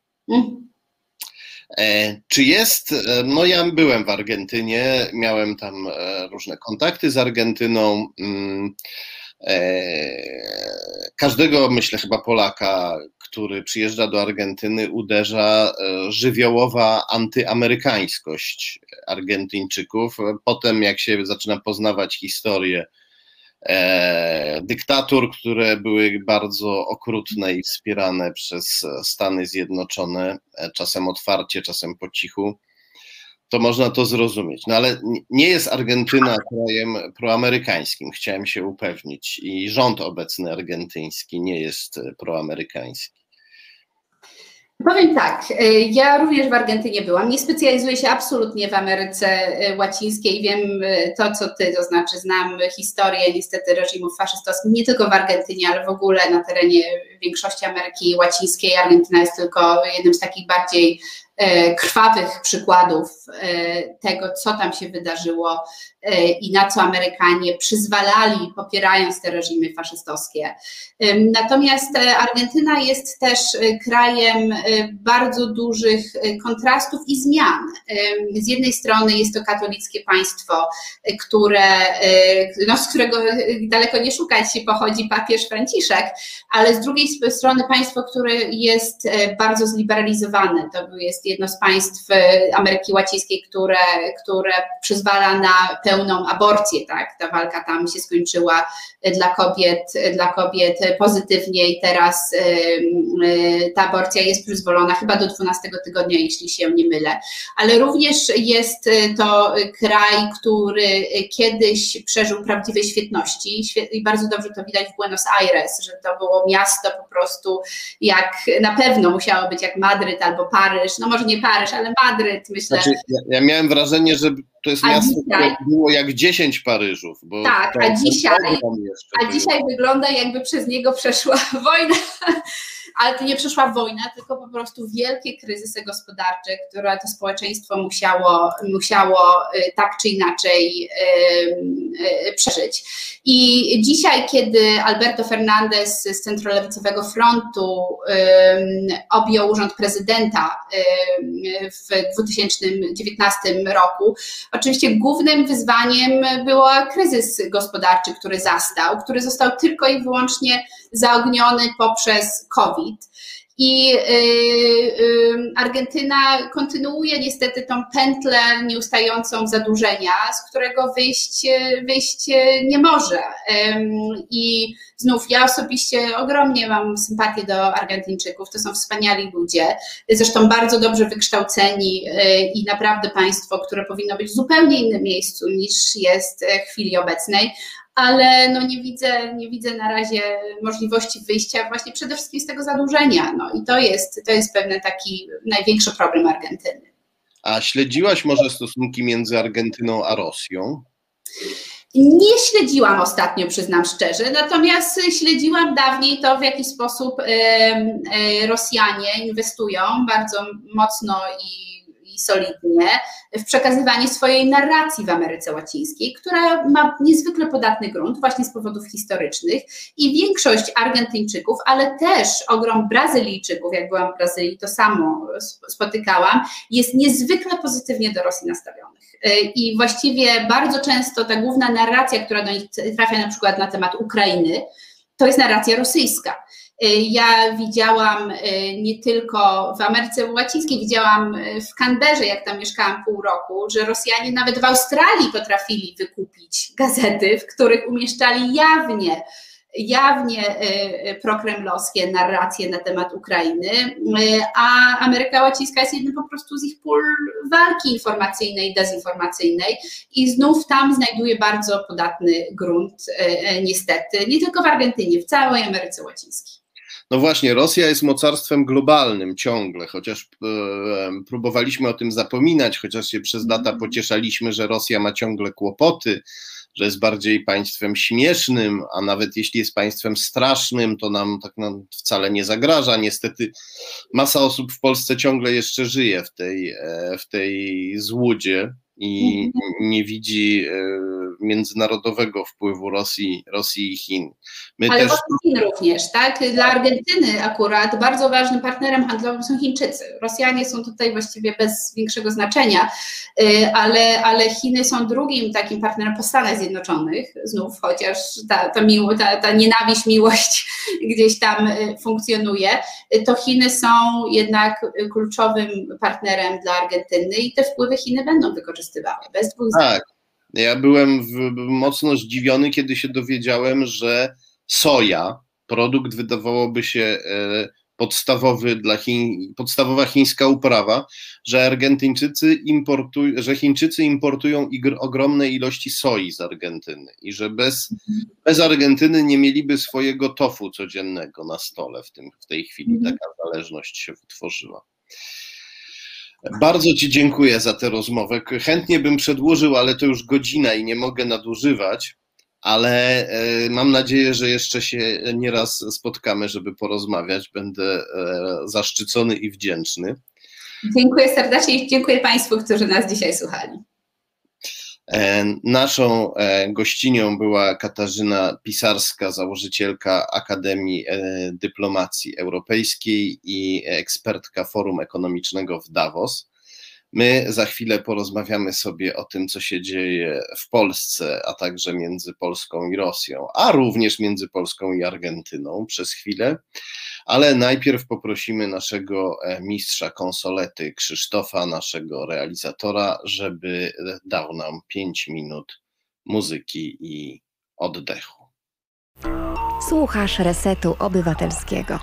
Czy jest, no ja byłem w Argentynie, miałem tam różne kontakty z Argentyną, każdego, myślę, chyba Polaka, który przyjeżdża do Argentyny, uderza żywiołowa antyamerykańskość Argentyńczyków. Potem, jak się zaczyna poznawać historię e, dyktatur, które były bardzo okrutne i wspierane przez Stany Zjednoczone, czasem otwarcie, czasem po cichu, to można to zrozumieć. No ale nie jest Argentyna krajem proamerykańskim, chciałem się upewnić, i rząd obecny argentyński nie jest proamerykański. Powiem tak, ja również w Argentynie byłam, nie specjalizuję się absolutnie w Ameryce Łacińskiej, wiem to, co ty, to znaczy znam historię niestety reżimów faszystowskich, nie tylko w Argentynie, ale w ogóle na terenie większości Ameryki Łacińskiej. Argentyna jest tylko jednym z takich bardziej krwawych przykładów tego, co tam się wydarzyło i na co Amerykanie przyzwalali, popierając te reżimy faszystowskie. Natomiast Argentyna jest też krajem bardzo dużych kontrastów i zmian. Z jednej strony jest to katolickie państwo, które, no, z którego daleko nie szukać pochodzi papież Franciszek, ale z drugiej strony państwo, które jest bardzo zliberalizowane. To jest jedno z państw Ameryki Łacińskiej, które, które przyzwala na pełną aborcję, tak? Ta walka tam się skończyła dla kobiet, dla kobiet pozytywnie i teraz ta aborcja jest przyzwolona chyba do dwunastego tygodnia, jeśli się nie mylę. Ale również jest to kraj, który kiedyś przeżył prawdziwej świetności i bardzo dobrze to widać w Buenos Aires, że to było miasto po prostu jak, na pewno musiało być jak Madryt albo Paryż, no może nie Paryż, ale Madryt, myślę. Znaczy, ja, ja miałem wrażenie, że to jest a miasto, dzisiaj, które było jak dziesięć Paryżów. Bo tak, a dzisiaj, a dzisiaj wygląda, jakby przez niego przeszła wojna, ale to nie przeszła wojna, tylko po prostu wielkie kryzysy gospodarcze, które to społeczeństwo musiało, musiało tak czy inaczej przeżyć. I dzisiaj, kiedy Alberto Fernandez z centrolewicowego frontu objął urząd prezydenta w dwa tysiące dziewiętnastym roku, oczywiście głównym wyzwaniem był kryzys gospodarczy, który zastał, który został tylko i wyłącznie zaogniony poprzez COVID. I y, y, Argentyna kontynuuje niestety tą pętlę nieustającą zadłużenia, z którego wyjść, wyjść nie może. I znów ja osobiście ogromnie mam sympatię do Argentyńczyków, to są wspaniali ludzie, zresztą bardzo dobrze wykształceni i naprawdę państwo, które powinno być w zupełnie innym miejscu niż jest w chwili obecnej. Ale no nie widzę, nie widzę na razie możliwości wyjścia właśnie przede wszystkim z tego zadłużenia. No i to jest, to jest pewien taki największy problem Argentyny. A śledziłaś może stosunki między Argentyną a Rosją? Nie śledziłam ostatnio, przyznam szczerze, natomiast śledziłam dawniej to, w jaki sposób Rosjanie inwestują bardzo mocno i solidnie w przekazywanie swojej narracji w Ameryce Łacińskiej, która ma niezwykle podatny grunt właśnie z powodów historycznych i większość Argentyńczyków, ale też ogrom Brazylijczyków, jak byłam w Brazylii, to samo spotykałam, jest niezwykle pozytywnie do Rosji nastawionych. I właściwie bardzo często ta główna narracja, która do nich trafia na przykład na temat Ukrainy, to jest narracja rosyjska. Ja widziałam nie tylko w Ameryce Łacińskiej, widziałam w Canberrze, jak tam mieszkałam pół roku, że Rosjanie nawet w Australii potrafili wykupić gazety, w których umieszczali jawnie, jawnie prokremlowskie narracje na temat Ukrainy, a Ameryka Łacińska jest jednym po prostu z ich pól walki informacyjnej i dezinformacyjnej i znów tam znajduje bardzo podatny grunt niestety, nie tylko w Argentynie, w całej Ameryce Łacińskiej. No właśnie, Rosja jest mocarstwem globalnym ciągle, chociaż e, próbowaliśmy o tym zapominać, chociaż się przez lata pocieszaliśmy, że Rosja ma ciągle kłopoty, że jest bardziej państwem śmiesznym, a nawet jeśli jest państwem strasznym, to nam tak nam wcale nie zagraża. Niestety masa osób w Polsce ciągle jeszcze żyje w tej, w tej złudzie i nie widzi międzynarodowego wpływu Rosji, Rosji i Chin. My Ale też... Chin również, tak? Dla Argentyny akurat bardzo ważnym partnerem handlowym są Chińczycy. Rosjanie są tutaj właściwie bez większego znaczenia, ale, ale Chiny są drugim takim partnerem po Stanach Zjednoczonych, znów, chociaż ta, ta, miło, ta, ta nienawiść, miłość gdzieś tam funkcjonuje, to Chiny są jednak kluczowym partnerem dla Argentyny i te wpływy Chiny będą wykorzystywały, bez dwóch zdań. Tak. Ja byłem w, mocno zdziwiony, kiedy się dowiedziałem, że soja, produkt wydawałoby się e, podstawowy dla Chin, podstawowa chińska uprawa, że Argentyńczycy importują, że Chińczycy importują igr, ogromne ilości soi z Argentyny i że bez, bez Argentyny nie mieliby swojego tofu codziennego na stole w, tym, w tej chwili. Taka zależność się wytworzyła. Bardzo Ci dziękuję za tę rozmowę. Chętnie bym przedłużył, ale to już godzina i nie mogę nadużywać, ale mam nadzieję, że jeszcze się nieraz spotkamy, żeby porozmawiać. Będę zaszczycony i wdzięczny. Dziękuję serdecznie i dziękuję Państwu, którzy nas dzisiaj słuchali. Naszą gościnią była Katarzyna Pisarska, założycielka Akademii Dyplomacji Europejskiej i ekspertka Forum Ekonomicznego w Davos. My za chwilę porozmawiamy sobie o tym, co się dzieje w Polsce, a także między Polską i Rosją, a również między Polską i Argentyną przez chwilę, ale najpierw poprosimy naszego mistrza konsolety Krzysztofa, naszego realizatora, żeby dał nam pięć minut muzyki i oddechu. Słuchasz Resetu Obywatelskiego.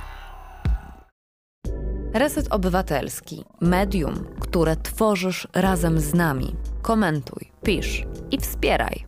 Reset Obywatelski. Medium, które tworzysz razem z nami. Komentuj, pisz i wspieraj.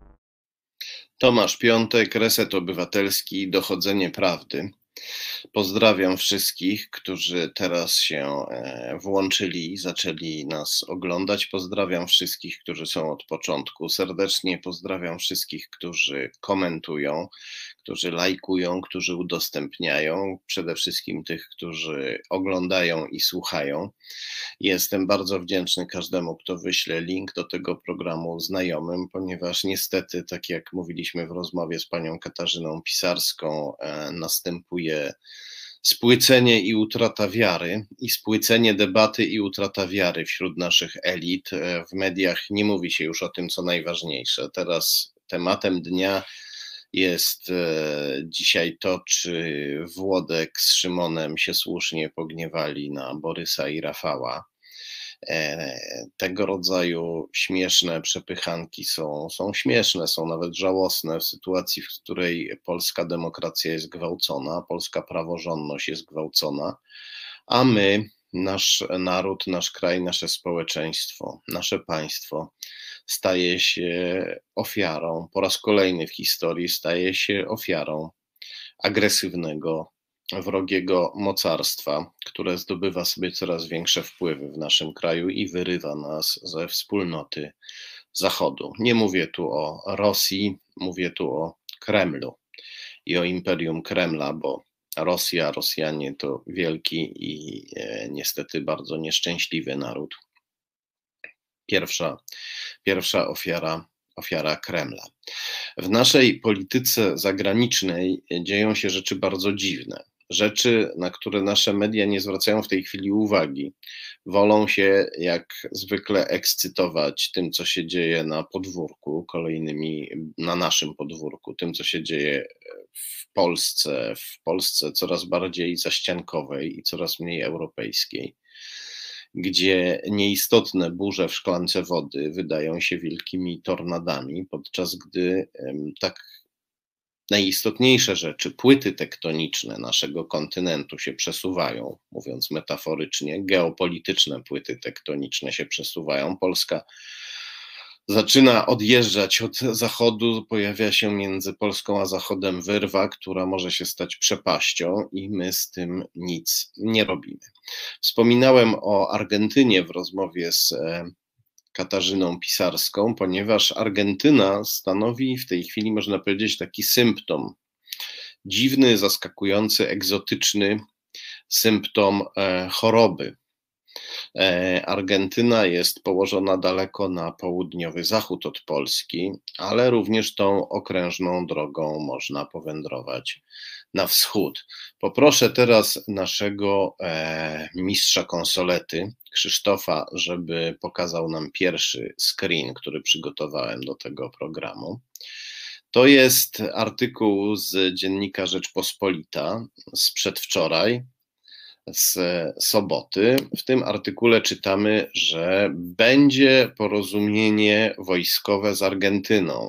Tomasz Piątek, Reset Obywatelski, Dochodzenie Prawdy. Pozdrawiam wszystkich, którzy teraz się włączyli i zaczęli nas oglądać. Pozdrawiam wszystkich, którzy są od początku. Serdecznie pozdrawiam wszystkich, którzy komentują, którzy lajkują, którzy udostępniają. Przede wszystkim tych, którzy oglądają i słuchają. Jestem bardzo wdzięczny każdemu, kto wyśle link do tego programu znajomym, ponieważ niestety, tak jak mówiliśmy w rozmowie z panią Katarzyną Pisarską, następuje spłycenie i utrata wiary, i spłycenie debaty i utrata wiary wśród naszych elit. W mediach nie mówi się już o tym, co najważniejsze. Teraz tematem dnia jest dzisiaj to, czy Włodek z Szymonem się słusznie pogniewali na Borysa i Rafała. Tego rodzaju śmieszne przepychanki są, są śmieszne, są nawet żałosne w sytuacji, w której polska demokracja jest gwałcona, polska praworządność jest gwałcona, a my, nasz naród, nasz kraj, nasze społeczeństwo, nasze państwo staje się ofiarą, po raz kolejny w historii staje się ofiarą agresywnego, wrogiego mocarstwa, które zdobywa sobie coraz większe wpływy w naszym kraju i wyrywa nas ze wspólnoty Zachodu. Nie mówię tu o Rosji, mówię tu o Kremlu i o imperium Kremla, bo Rosja, Rosjanie to wielki i e, niestety bardzo nieszczęśliwy naród. Pierwsza, pierwsza ofiara, ofiara Kremla. W naszej polityce zagranicznej dzieją się rzeczy bardzo dziwne. Rzeczy, na które nasze media nie zwracają w tej chwili uwagi. Wolą się jak zwykle ekscytować tym, co się dzieje na podwórku, kolejnymi na naszym podwórku, tym, co się dzieje w Polsce, w Polsce coraz bardziej zaściankowej i coraz mniej europejskiej, gdzie nieistotne burze w szklance wody wydają się wielkimi tornadami, podczas gdy tak najistotniejsze rzeczy, płyty tektoniczne naszego kontynentu się przesuwają, mówiąc metaforycznie, geopolityczne płyty tektoniczne się przesuwają. Polska zaczyna odjeżdżać od Zachodu, pojawia się między Polską a Zachodem wyrwa, która może się stać przepaścią i my z tym nic nie robimy. Wspominałem o Argentynie w rozmowie z Katarzyną Pisarską, ponieważ Argentyna stanowi w tej chwili, można powiedzieć, taki symptom, dziwny, zaskakujący, egzotyczny symptom choroby. Argentyna jest położona daleko na południowy zachód od Polski, ale również tą okrężną drogą można powędrować na wschód. Poproszę teraz naszego e, mistrza konsolety, Krzysztofa, żeby pokazał nam pierwszy screen, który przygotowałem do tego programu. To jest artykuł z dziennika Rzeczpospolita z przedwczoraj, z soboty. W tym artykule czytamy, że będzie porozumienie wojskowe z Argentyną,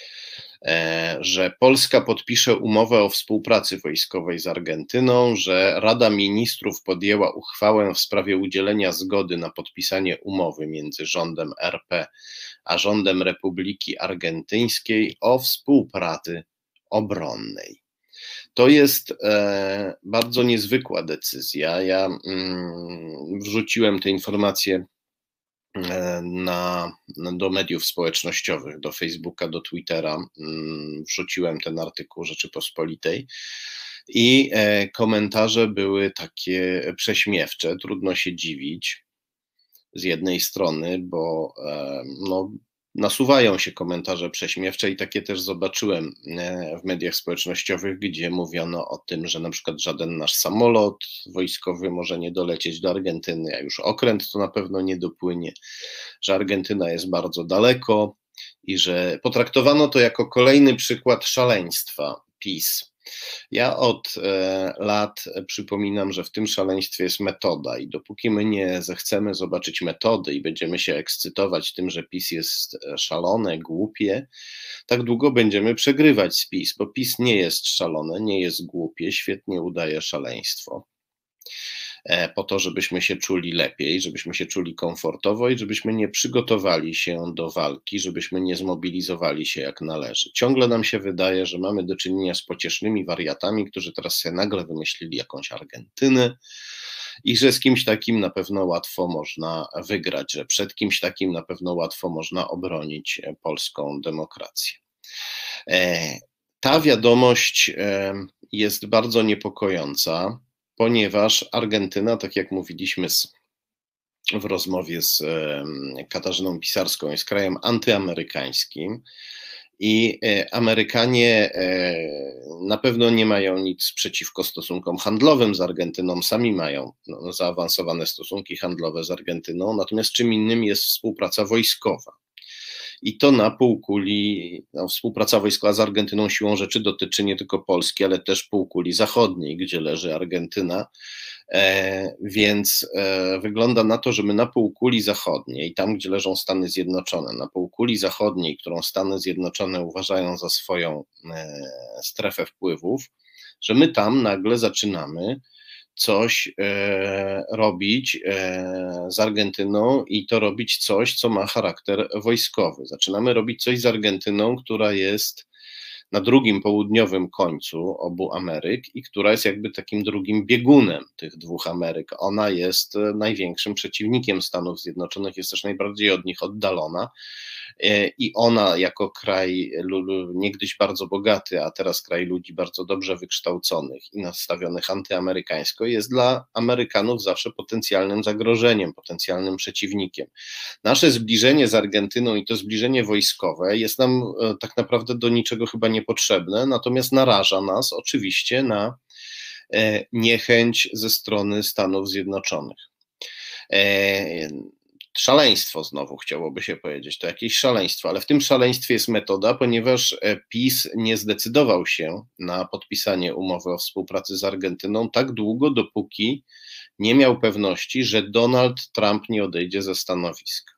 że Polska podpisze umowę o współpracy wojskowej z Argentyną, że Rada Ministrów podjęła uchwałę w sprawie udzielenia zgody na podpisanie umowy między rządem R P a rządem Republiki Argentyńskiej o współpracy obronnej. To jest e, bardzo niezwykła decyzja. Ja mm, wrzuciłem te informacje e, na, do mediów społecznościowych, do Facebooka, do Twittera. Mm, wrzuciłem ten artykuł Rzeczypospolitej i e, komentarze były takie prześmiewcze. Trudno się dziwić z jednej strony, bo e, no, nasuwają się komentarze prześmiewcze i takie też zobaczyłem w mediach społecznościowych, gdzie mówiono o tym, że na przykład żaden nasz samolot wojskowy może nie dolecieć do Argentyny, a już okręt to na pewno nie dopłynie, że Argentyna jest bardzo daleko i że potraktowano to jako kolejny przykład szaleństwa PiS. Ja od e, lat przypominam, że w tym szaleństwie jest metoda i dopóki my nie zechcemy zobaczyć metody i będziemy się ekscytować tym, że PiS jest szalone, głupie, tak długo będziemy przegrywać z PiS, bo PiS nie jest szalone, nie jest głupie, świetnie udaje szaleństwo. Po to, żebyśmy się czuli lepiej, żebyśmy się czuli komfortowo i żebyśmy nie przygotowali się do walki, żebyśmy nie zmobilizowali się jak należy. Ciągle nam się wydaje, że mamy do czynienia z pociesznymi wariatami, którzy teraz sobie nagle wymyślili jakąś Argentynę i że z kimś takim na pewno łatwo można wygrać, że przed kimś takim na pewno łatwo można obronić polską demokrację. Ta wiadomość jest bardzo niepokojąca, ponieważ Argentyna, tak jak mówiliśmy z, w rozmowie z e, Katarzyną Pisarską, jest krajem antyamerykańskim i e, Amerykanie e, na pewno nie mają nic przeciwko stosunkom handlowym z Argentyną, sami mają no, zaawansowane stosunki handlowe z Argentyną, natomiast czym innym jest współpraca wojskowa. I to na półkuli, no, współpraca wojskowa z Argentyną siłą rzeczy dotyczy nie tylko Polski, ale też półkuli zachodniej, gdzie leży Argentyna, e, więc e, wygląda na to, że my na półkuli zachodniej, tam gdzie leżą Stany Zjednoczone, na półkuli zachodniej, którą Stany Zjednoczone uważają za swoją e, strefę wpływów, że my tam nagle zaczynamy coś e, robić e, z Argentyną i to robić coś, co ma charakter wojskowy. Zaczynamy robić coś z Argentyną, która jest na drugim południowym końcu obu Ameryk i która jest jakby takim drugim biegunem tych dwóch Ameryk. Ona jest największym przeciwnikiem Stanów Zjednoczonych, jest też najbardziej od nich oddalona. I ona jako kraj niegdyś bardzo bogaty, a teraz kraj ludzi bardzo dobrze wykształconych i nastawionych antyamerykańsko, jest dla Amerykanów zawsze potencjalnym zagrożeniem, potencjalnym przeciwnikiem. Nasze zbliżenie z Argentyną i to zbliżenie wojskowe jest nam tak naprawdę do niczego chyba niepotrzebne, natomiast naraża nas oczywiście na niechęć ze strony Stanów Zjednoczonych. Szaleństwo znowu chciałoby się powiedzieć, to jakieś szaleństwo, ale w tym szaleństwie jest metoda, ponieważ PiS nie zdecydował się na podpisanie umowy o współpracy z Argentyną tak długo, dopóki nie miał pewności, że Donald Trump nie odejdzie ze stanowiska.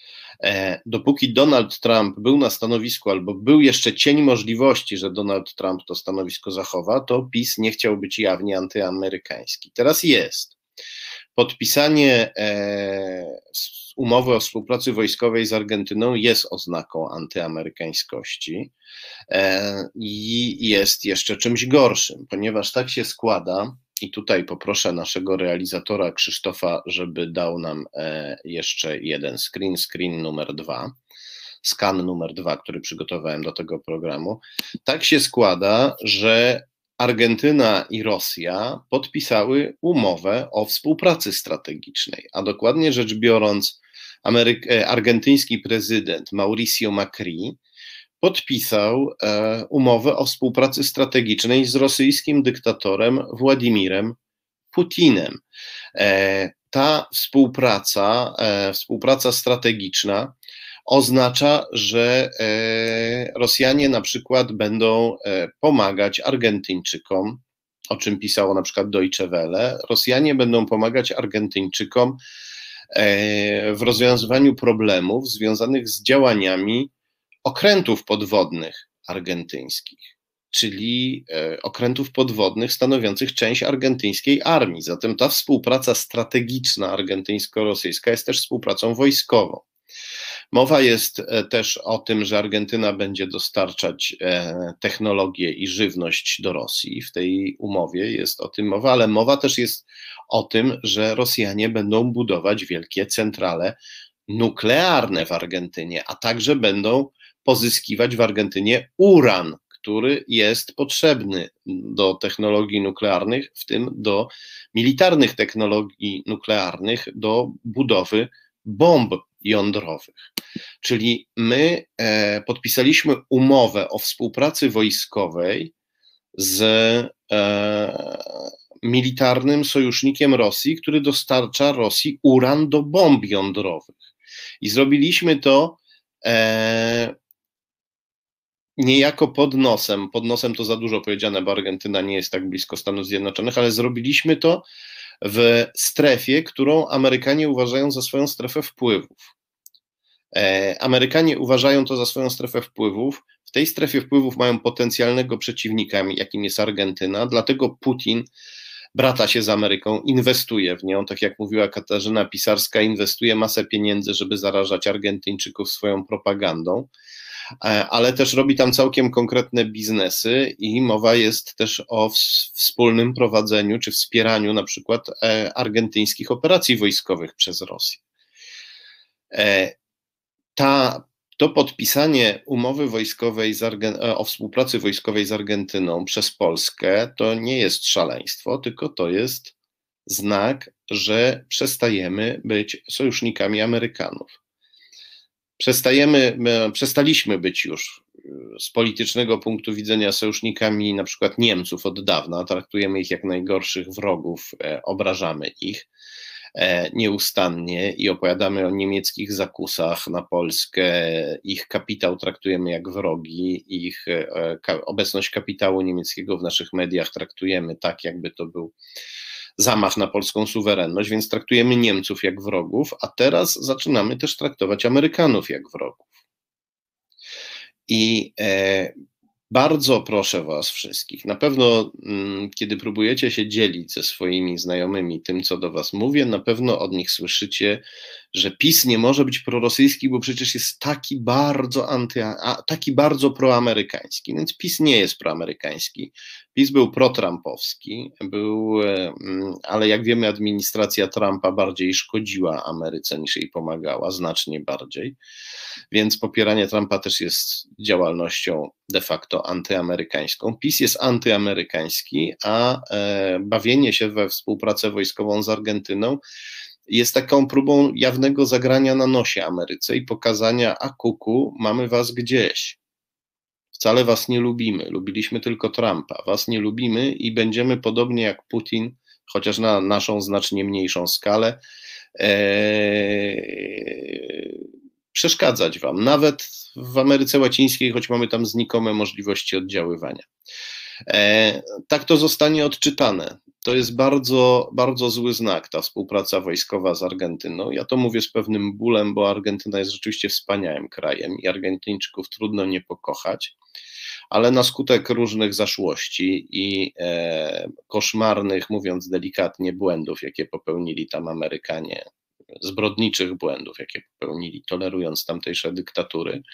Dopóki Donald Trump był na stanowisku albo był jeszcze cień możliwości, że Donald Trump to stanowisko zachowa, to PiS nie chciał być jawnie antyamerykański. Teraz jest. Podpisanie e, umowy o współpracy wojskowej z Argentyną jest oznaką antyamerykańskości e, i jest jeszcze czymś gorszym, ponieważ tak się składa, i tutaj poproszę naszego realizatora Krzysztofa, żeby dał nam e, jeszcze jeden screen, screen numer dwa, skan numer dwa, który przygotowałem do tego programu. Tak się składa, że Argentyna i Rosja podpisały umowę o współpracy strategicznej, a dokładnie rzecz biorąc Ameryk- argentyński prezydent Mauricio Macri podpisał e, umowę o współpracy strategicznej z rosyjskim dyktatorem Władimirem Putinem. E, ta współpraca, e, współpraca strategiczna oznacza, że e, Rosjanie na przykład będą e, pomagać Argentyńczykom, o czym pisało na przykład Deutsche Welle. Rosjanie będą pomagać Argentyńczykom e, w rozwiązywaniu problemów związanych z działaniami okrętów podwodnych argentyńskich, czyli e, okrętów podwodnych stanowiących część argentyńskiej armii. Zatem ta współpraca strategiczna argentyńsko-rosyjska jest też współpracą wojskową. Mowa jest też o tym, że Argentyna będzie dostarczać technologię i żywność do Rosji. W tej umowie jest o tym mowa, ale mowa też jest o tym, że Rosjanie będą budować wielkie centrale nuklearne w Argentynie, a także będą pozyskiwać w Argentynie uran, który jest potrzebny do technologii nuklearnych, w tym do militarnych technologii nuklearnych, do budowy bomb jądrowych. Czyli my e, podpisaliśmy umowę o współpracy wojskowej z e, militarnym sojusznikiem Rosji, który dostarcza Rosji uran do bomb jądrowych. I zrobiliśmy to e, niejako pod nosem. Pod nosem to za dużo powiedziane, bo Argentyna nie jest tak blisko Stanów Zjednoczonych, ale zrobiliśmy to w strefie, którą Amerykanie uważają za swoją strefę wpływów. E, Amerykanie uważają to za swoją strefę wpływów. W tej strefie wpływów mają potencjalnego przeciwnika, jakim jest Argentyna, dlatego Putin brata się z Ameryką, inwestuje w nią, tak jak mówiła Katarzyna Pisarska, inwestuje masę pieniędzy, żeby zarażać Argentyńczyków swoją propagandą, ale też robi tam całkiem konkretne biznesy i mowa jest też o wspólnym prowadzeniu czy wspieraniu na przykład argentyńskich operacji wojskowych przez Rosję. Ta, to podpisanie umowy wojskowej z Argen- o współpracy wojskowej z Argentyną przez Polskę to nie jest szaleństwo, tylko to jest znak, że przestajemy być sojusznikami Amerykanów. Przestajemy, przestaliśmy być już z politycznego punktu widzenia sojusznikami na przykład Niemców od dawna, traktujemy ich jak najgorszych wrogów, obrażamy ich nieustannie i opowiadamy o niemieckich zakusach na Polskę, ich kapitał traktujemy jak wrogi, ich obecność kapitału niemieckiego w naszych mediach traktujemy tak, jakby to był zamach na polską suwerenność, więc traktujemy Niemców jak wrogów, a teraz zaczynamy też traktować Amerykanów jak wrogów. I e, bardzo proszę was wszystkich, na pewno m, kiedy próbujecie się dzielić ze swoimi znajomymi tym, co do was mówię, na pewno od nich słyszycie, że PiS nie może być prorosyjski, bo przecież jest taki bardzo anty, a, taki bardzo proamerykański, więc PiS nie jest proamerykański. PiS był pro-trumpowski, był, ale jak wiemy, administracja Trumpa bardziej szkodziła Ameryce niż jej pomagała, znacznie bardziej, więc popieranie Trumpa też jest działalnością de facto antyamerykańską. PiS jest antyamerykański, a e, bawienie się we współpracę wojskową z Argentyną jest taką próbą jawnego zagrania na nosie Ameryce i pokazania, a kuku, mamy was gdzieś. Wcale was nie lubimy, lubiliśmy tylko Trumpa, was nie lubimy i będziemy podobnie jak Putin, chociaż na naszą znacznie mniejszą skalę, ee, przeszkadzać wam, nawet w Ameryce Łacińskiej, choć mamy tam znikome możliwości oddziaływania. E, tak to zostanie odczytane. To jest bardzo, bardzo zły znak, ta współpraca wojskowa z Argentyną. Ja to mówię z pewnym bólem, bo Argentyna jest rzeczywiście wspaniałym krajem i Argentyńczyków trudno nie pokochać, ale na skutek różnych zaszłości i e, koszmarnych, mówiąc delikatnie, błędów, jakie popełnili tam Amerykanie, zbrodniczych błędów, jakie popełnili, tolerując tamtejsze dyktatury,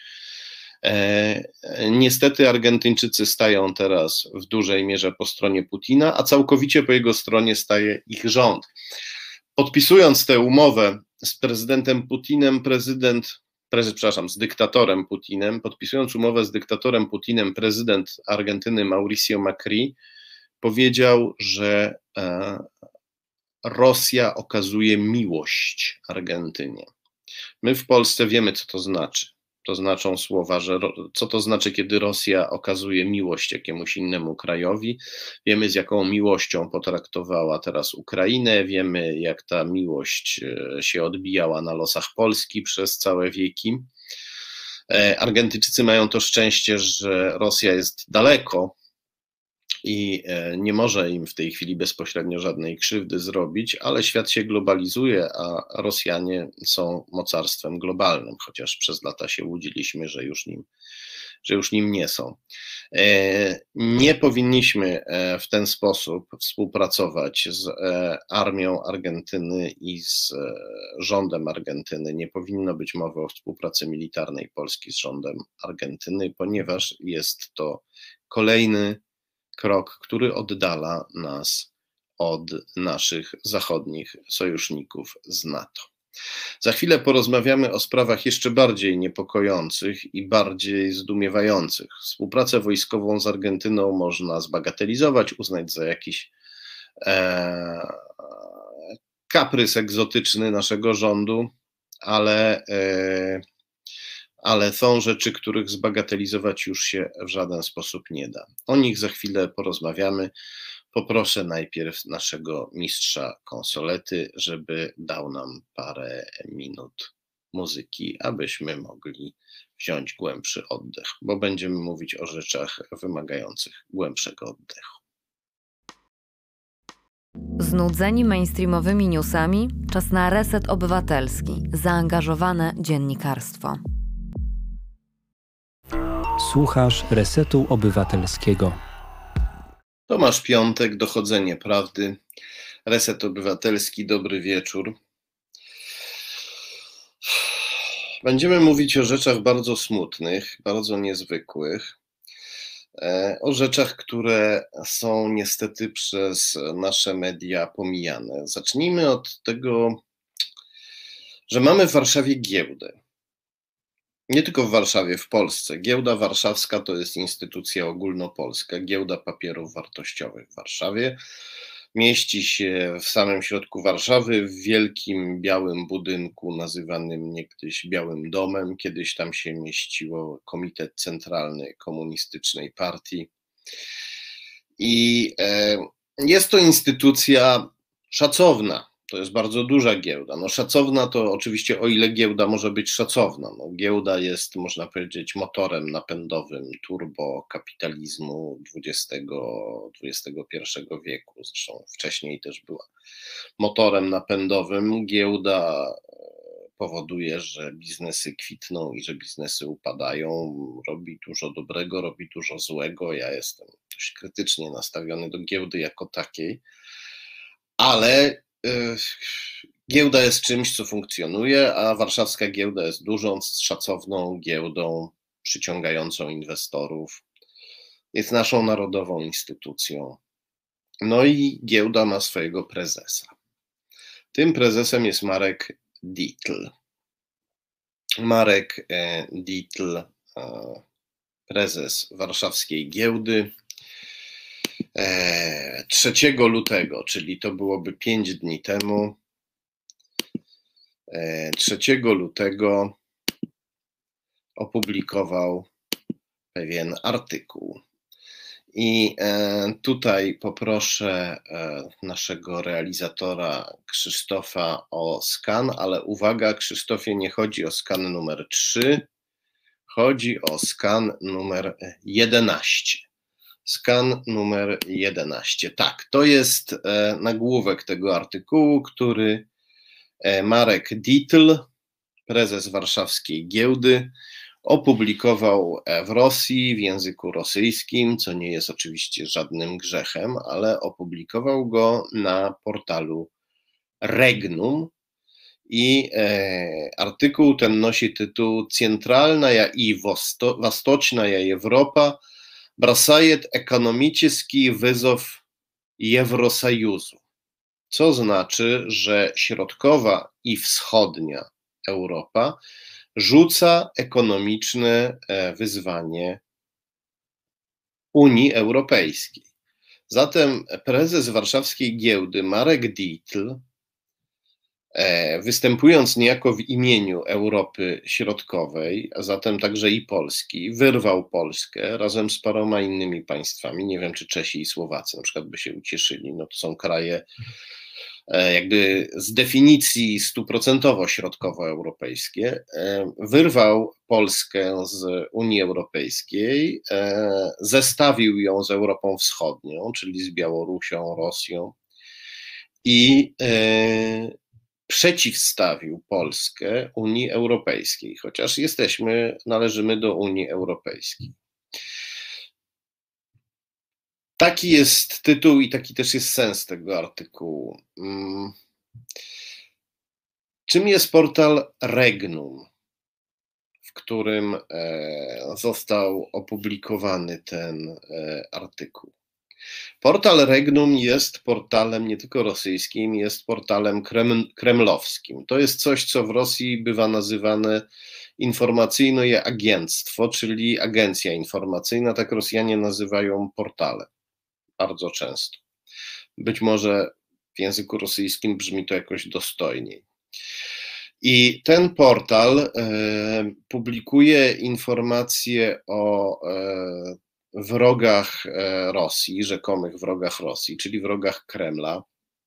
E, niestety Argentyńczycy stają teraz w dużej mierze po stronie Putina, a całkowicie po jego stronie staje ich rząd. Podpisując tę umowę z prezydentem Putinem, prezydent, prezydent, przepraszam, z dyktatorem Putinem, podpisując umowę z dyktatorem Putinem, prezydent Argentyny Mauricio Macri powiedział, że e, Rosja okazuje miłość Argentynie. My w Polsce wiemy, co to znaczy. To znaczą słowa, że co to znaczy, kiedy Rosja okazuje miłość jakiemuś innemu krajowi. Wiemy, z jaką miłością potraktowała teraz Ukrainę, wiemy, jak ta miłość się odbijała na losach Polski przez całe wieki. Argentyńczycy mają to szczęście, że Rosja jest daleko i nie może im w tej chwili bezpośrednio żadnej krzywdy zrobić, ale świat się globalizuje, a Rosjanie są mocarstwem globalnym, chociaż przez lata się łudziliśmy, że już nim, że już nim nie są. Nie powinniśmy w ten sposób współpracować z armią Argentyny i z rządem Argentyny. Nie powinno być mowy o współpracy militarnej Polski z rządem Argentyny, ponieważ jest to kolejny krok, który oddala nas od naszych zachodnich sojuszników z NATO. Za chwilę porozmawiamy o sprawach jeszcze bardziej niepokojących i bardziej zdumiewających. Współpracę wojskową z Argentyną można zbagatelizować, uznać za jakiś e, kaprys egzotyczny naszego rządu, ale, ale są rzeczy, których zbagatelizować już się w żaden sposób nie da. O nich za chwilę porozmawiamy. Poproszę najpierw naszego mistrza konsolety, żeby dał nam parę minut muzyki, abyśmy mogli wziąć głębszy oddech, bo będziemy mówić o rzeczach wymagających głębszego oddechu. Znudzeni mainstreamowymi newsami? Czas na reset obywatelski, zaangażowane dziennikarstwo. Słuchasz Resetu Obywatelskiego. Tomasz Piątek, Dochodzenie Prawdy, Reset Obywatelski, dobry wieczór. Będziemy mówić o rzeczach bardzo smutnych, bardzo niezwykłych, o rzeczach, które są niestety przez nasze media pomijane. Zacznijmy od tego, że mamy w Warszawie giełdę. Nie tylko w Warszawie, w Polsce. Giełda Warszawska to jest instytucja ogólnopolska. Giełda Papierów Wartościowych w Warszawie mieści się w samym środku Warszawy, w wielkim białym budynku nazywanym niegdyś Białym Domem. Kiedyś tam się mieściło Komitet Centralny Komunistycznej Partii. I jest to instytucja szacowna. To jest bardzo duża giełda. No szacowna to oczywiście o ile giełda może być szacowna. No, giełda jest, można powiedzieć, motorem napędowym turbokapitalizmu dwudziestego, dwudziestego pierwszego wieku. Zresztą wcześniej też była motorem napędowym. Giełda powoduje, że biznesy kwitną i że biznesy upadają. Robi dużo dobrego, robi dużo złego. Ja jestem dość krytycznie nastawiony do giełdy jako takiej, ale giełda jest czymś, co funkcjonuje, a warszawska giełda jest dużą, szacowną giełdą, przyciągającą inwestorów. Jest naszą narodową instytucją. No i giełda ma swojego prezesa. Tym prezesem jest Marek Dietl. Marek Dietl, prezes warszawskiej giełdy. trzeciego lutego, czyli to byłoby pięć dni temu, trzeciego lutego opublikował pewien artykuł. I tutaj poproszę naszego realizatora Krzysztofa o skan, ale uwaga, Krzysztofie, nie chodzi o skan numer trzy, chodzi o skan numer jedenaście. Skan numer jedenaście. Tak, to jest nagłówek tego artykułu, który Marek Dietl, prezes warszawskiej giełdy, opublikował w Rosji w języku rosyjskim, co nie jest oczywiście żadnym grzechem, ale opublikował go na portalu Regnum i artykuł ten nosi tytuł Centralna i Wосточная Европа бросает экономический wызов Евросоюзу, co znaczy, że środkowa i wschodnia Europa rzuca ekonomiczne wyzwanie Unii Europejskiej. Zatem prezes warszawskiej giełdy Marek Dietl, występując niejako w imieniu Europy Środkowej, a zatem także i Polski, wyrwał Polskę razem z paroma innymi państwami, nie wiem czy Czesi i Słowacy na przykład by się ucieszyli, no to są kraje jakby z definicji stuprocentowo środkowoeuropejskie, wyrwał Polskę z Unii Europejskiej, zestawił ją z Europą Wschodnią, czyli z Białorusią, Rosją i przeciwstawił Polskę Unii Europejskiej, chociaż jesteśmy, należymy do Unii Europejskiej. Taki jest tytuł i taki też jest sens tego artykułu. Czym jest portal Regnum, w którym został opublikowany ten artykuł? Portal Regnum jest portalem nie tylko rosyjskim, jest portalem kremlowskim. To jest coś, co w Rosji bywa nazywane informacyjne agenctwo, czyli agencja informacyjna, tak Rosjanie nazywają portale bardzo często. Być może w języku rosyjskim brzmi to jakoś dostojniej. I ten portal e, publikuje informacje o e, wrogach e, Rosji, rzekomych wrogach Rosji, czyli wrogach Kremla.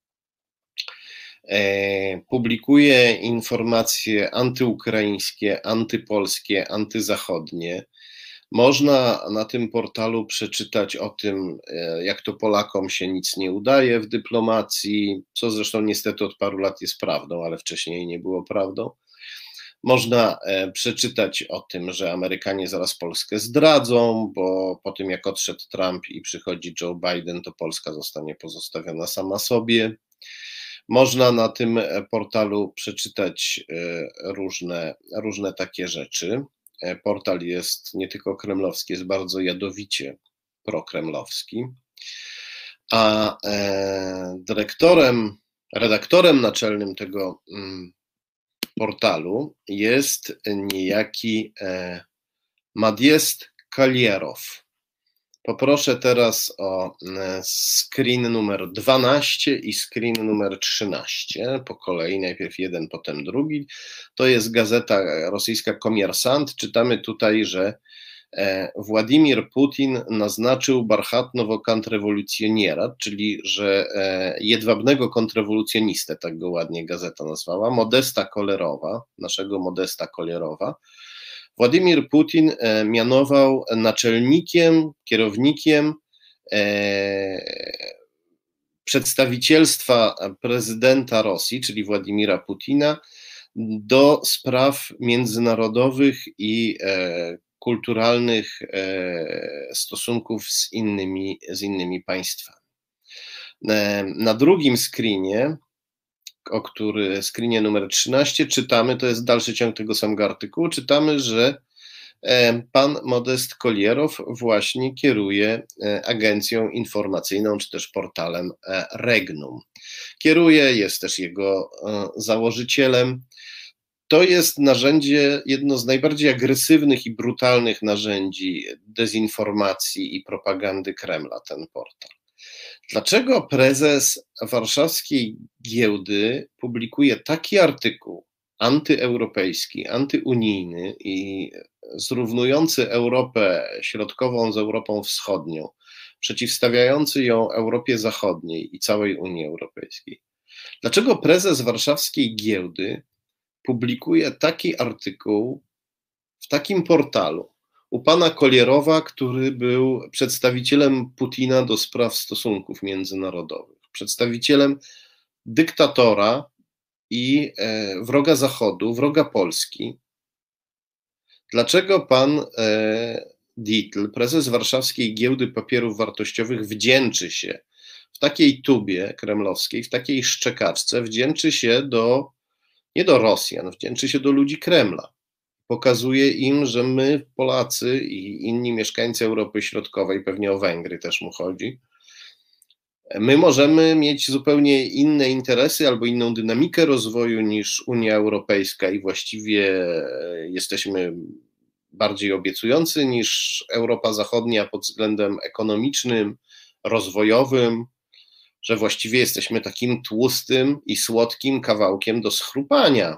E, publikuje informacje antyukraińskie, antypolskie, antyzachodnie. Można na tym portalu przeczytać o tym, jak to Polakom się nic nie udaje w dyplomacji, co zresztą niestety od paru lat jest prawdą, ale wcześniej nie było prawdą. Można przeczytać o tym, że Amerykanie zaraz Polskę zdradzą, bo po tym jak odszedł Trump i przychodzi Joe Biden, to Polska zostanie pozostawiona sama sobie. Można na tym portalu przeczytać różne, różne takie rzeczy. Portal jest nie tylko kremlowski, jest bardzo jadowicie prokremlowski, a dyrektorem, redaktorem naczelnym tego portalu jest niejaki Madiest Kalierow. Poproszę teraz o screen numer dwanaście i screen numer trzynaście, po kolei, najpierw jeden, potem drugi. To jest gazeta rosyjska Komersant. Czytamy tutaj, że Władimir Putin naznaczył barchatnowo kontrrewolucjoniera, czyli że jedwabnego kontrrewolucjonistę, tak go ładnie gazeta nazwała, Modesta Kolerowa, naszego Modesta Kolerowa. Władimir Putin mianował naczelnikiem, kierownikiem przedstawicielstwa prezydenta Rosji, czyli Władimira Putina, do spraw międzynarodowych i kulturalnych stosunków z innymi, z innymi państwami. Na drugim screenie, o który, screenie numer trzynaście, czytamy, to jest dalszy ciąg tego samego artykułu, czytamy, że pan Modest Kolierow właśnie kieruje agencją informacyjną, czy też portalem Regnum. Kieruje, jest też jego założycielem. To jest narzędzie, jedno z najbardziej agresywnych i brutalnych narzędzi dezinformacji i propagandy Kremla, ten portal. Dlaczego prezes warszawskiej giełdy publikuje taki artykuł antyeuropejski, antyunijny i zrównujący Europę Środkową z Europą Wschodnią, przeciwstawiający ją Europie Zachodniej i całej Unii Europejskiej? Dlaczego prezes warszawskiej giełdy publikuje taki artykuł w takim portalu u pana Kolierowa, który był przedstawicielem Putina do spraw stosunków międzynarodowych, przedstawicielem dyktatora i e, wroga Zachodu, wroga Polski? Dlaczego pan e, Dietl, prezes warszawskiej giełdy papierów wartościowych, wdzięczy się w takiej tubie kremlowskiej, w takiej szczekaczce, wdzięczy się do, nie do Rosjan, wdzięczy się do ludzi Kremla? Pokazuje im, że my, Polacy i inni mieszkańcy Europy Środkowej, pewnie o Węgry też mu chodzi, my możemy mieć zupełnie inne interesy albo inną dynamikę rozwoju niż Unia Europejska i właściwie jesteśmy bardziej obiecujący niż Europa Zachodnia pod względem ekonomicznym, rozwojowym, że właściwie jesteśmy takim tłustym i słodkim kawałkiem do schrupania,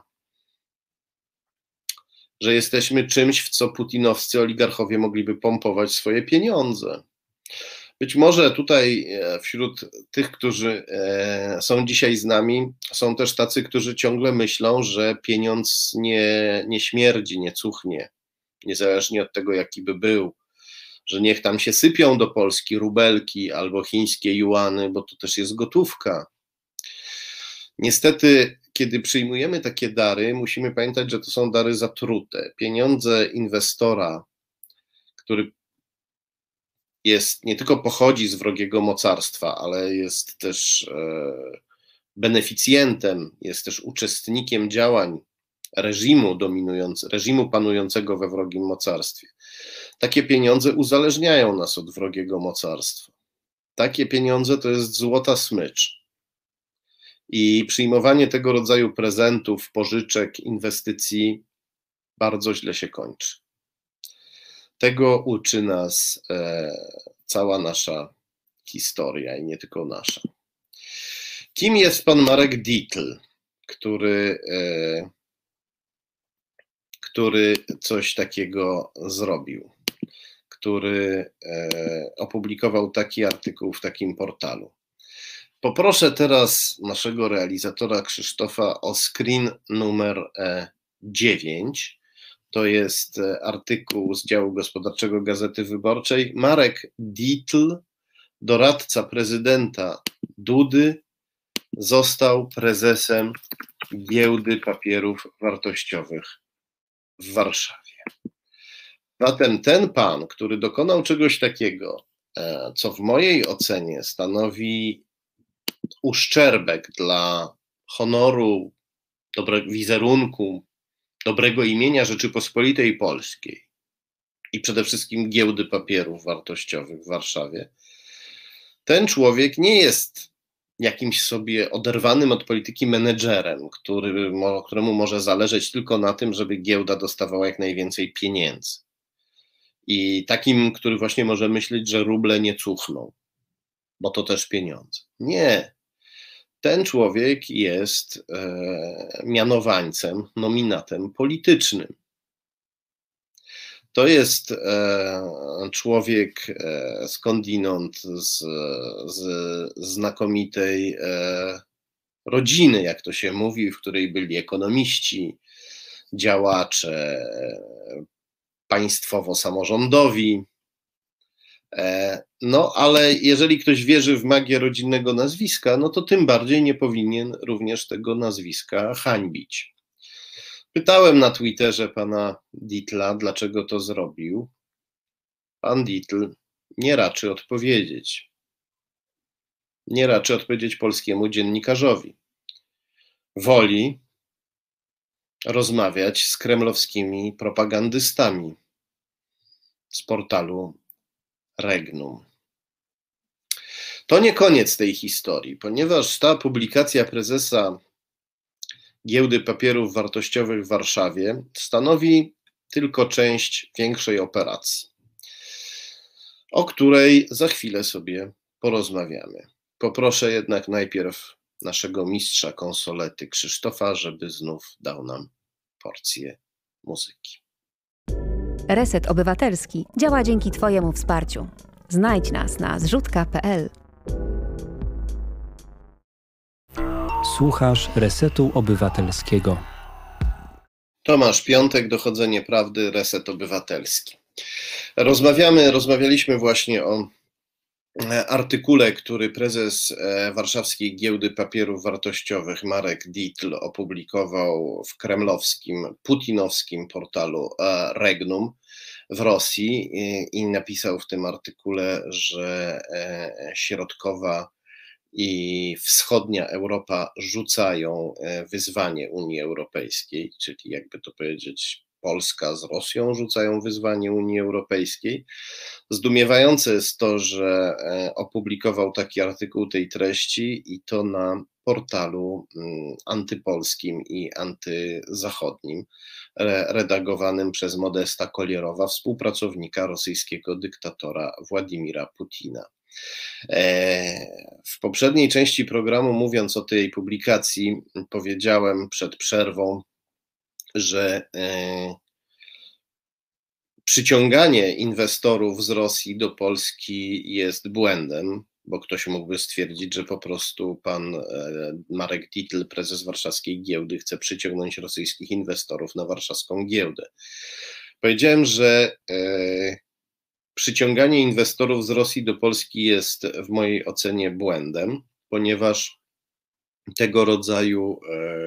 że jesteśmy czymś, w co putinowscy oligarchowie mogliby pompować swoje pieniądze. Być może tutaj wśród tych, którzy są dzisiaj z nami, są też tacy, którzy ciągle myślą, że pieniądz nie, nie śmierdzi, nie cuchnie, niezależnie od tego, jaki by był, że niech tam się sypią do Polski rubelki albo chińskie juany, bo to też jest gotówka. Niestety, kiedy przyjmujemy takie dary, musimy pamiętać, że to są dary zatrute. Pieniądze inwestora, który jest, nie tylko pochodzi z wrogiego mocarstwa, ale jest też e, beneficjentem, jest też uczestnikiem działań reżimu dominującego, reżimu panującego we wrogim mocarstwie. Takie pieniądze uzależniają nas od wrogiego mocarstwa. Takie pieniądze to jest złota smycz. I przyjmowanie tego rodzaju prezentów, pożyczek, inwestycji bardzo źle się kończy. Tego uczy nas e, cała nasza historia i nie tylko nasza. Kim jest pan Marek Dietl, który e, który coś takiego zrobił, który opublikował taki artykuł w takim portalu. Poproszę teraz naszego realizatora Krzysztofa o screen numer dziewięć. To jest artykuł z działu gospodarczego Gazety Wyborczej. Marek Dietl, doradca prezydenta Dudy, został prezesem Giełdy Papierów Wartościowych w Warszawie. Zatem ten pan, który dokonał czegoś takiego, co w mojej ocenie stanowi uszczerbek dla honoru, dobrego wizerunku, dobrego imienia Rzeczypospolitej Polskiej i przede wszystkim Giełdy Papierów Wartościowych w Warszawie, ten człowiek nie jest jakimś sobie oderwanym od polityki menedżerem, który, któremu może zależeć tylko na tym, żeby giełda dostawała jak najwięcej pieniędzy. I takim, który właśnie może myśleć, że ruble nie cuchną, bo to też pieniądze. Nie. Ten człowiek jest e, mianowańcem, nominatem politycznym. To jest e, człowiek e, skądinąd z, z znakomitej e, rodziny, jak to się mówi, w której byli ekonomiści, działacze e, państwowo-samorządowi. E, no ale jeżeli ktoś wierzy w magię rodzinnego nazwiska, no to tym bardziej nie powinien również tego nazwiska hańbić. Pytałem na Twitterze pana Dietla, dlaczego to zrobił. Pan Dietl nie raczy odpowiedzieć. Nie raczy odpowiedzieć polskiemu dziennikarzowi. Woli rozmawiać z kremlowskimi propagandystami z portalu Regnum. To nie koniec tej historii, ponieważ ta publikacja prezesa Giełdy Papierów Wartościowych w Warszawie stanowi tylko część większej operacji, o której za chwilę sobie porozmawiamy. Poproszę jednak najpierw naszego mistrza konsolety Krzysztofa, żeby znów dał nam porcję muzyki. Reset Obywatelski działa dzięki Twojemu wsparciu. Znajdź nas na zrzutka kropka pe el. Słuchasz Resetu Obywatelskiego. Tomasz Piątek, Dochodzenie Prawdy, Reset Obywatelski. Rozmawiamy, rozmawialiśmy właśnie o artykule, który prezes warszawskiej Giełdy Papierów Wartościowych Marek Dietl opublikował w kremlowskim, putinowskim portalu Regnum w Rosji i napisał w tym artykule, że środkowa i wschodnia Europa rzucają wyzwanie Unii Europejskiej, czyli jakby to powiedzieć, Polska z Rosją rzucają wyzwanie Unii Europejskiej. Zdumiewające jest to, że opublikował taki artykuł tej treści i to na portalu antypolskim i antyzachodnim, redagowanym przez Modesta Kolierowa, współpracownika rosyjskiego dyktatora Władimira Putina. W poprzedniej części programu, mówiąc o tej publikacji, powiedziałem przed przerwą, że przyciąganie inwestorów z Rosji do Polski jest błędem, bo ktoś mógłby stwierdzić, że po prostu pan Marek Dietl, prezes warszawskiej giełdy, chce przyciągnąć rosyjskich inwestorów na warszawską giełdę. Powiedziałem, że przyciąganie inwestorów z Rosji do Polski jest w mojej ocenie błędem, ponieważ tego rodzaju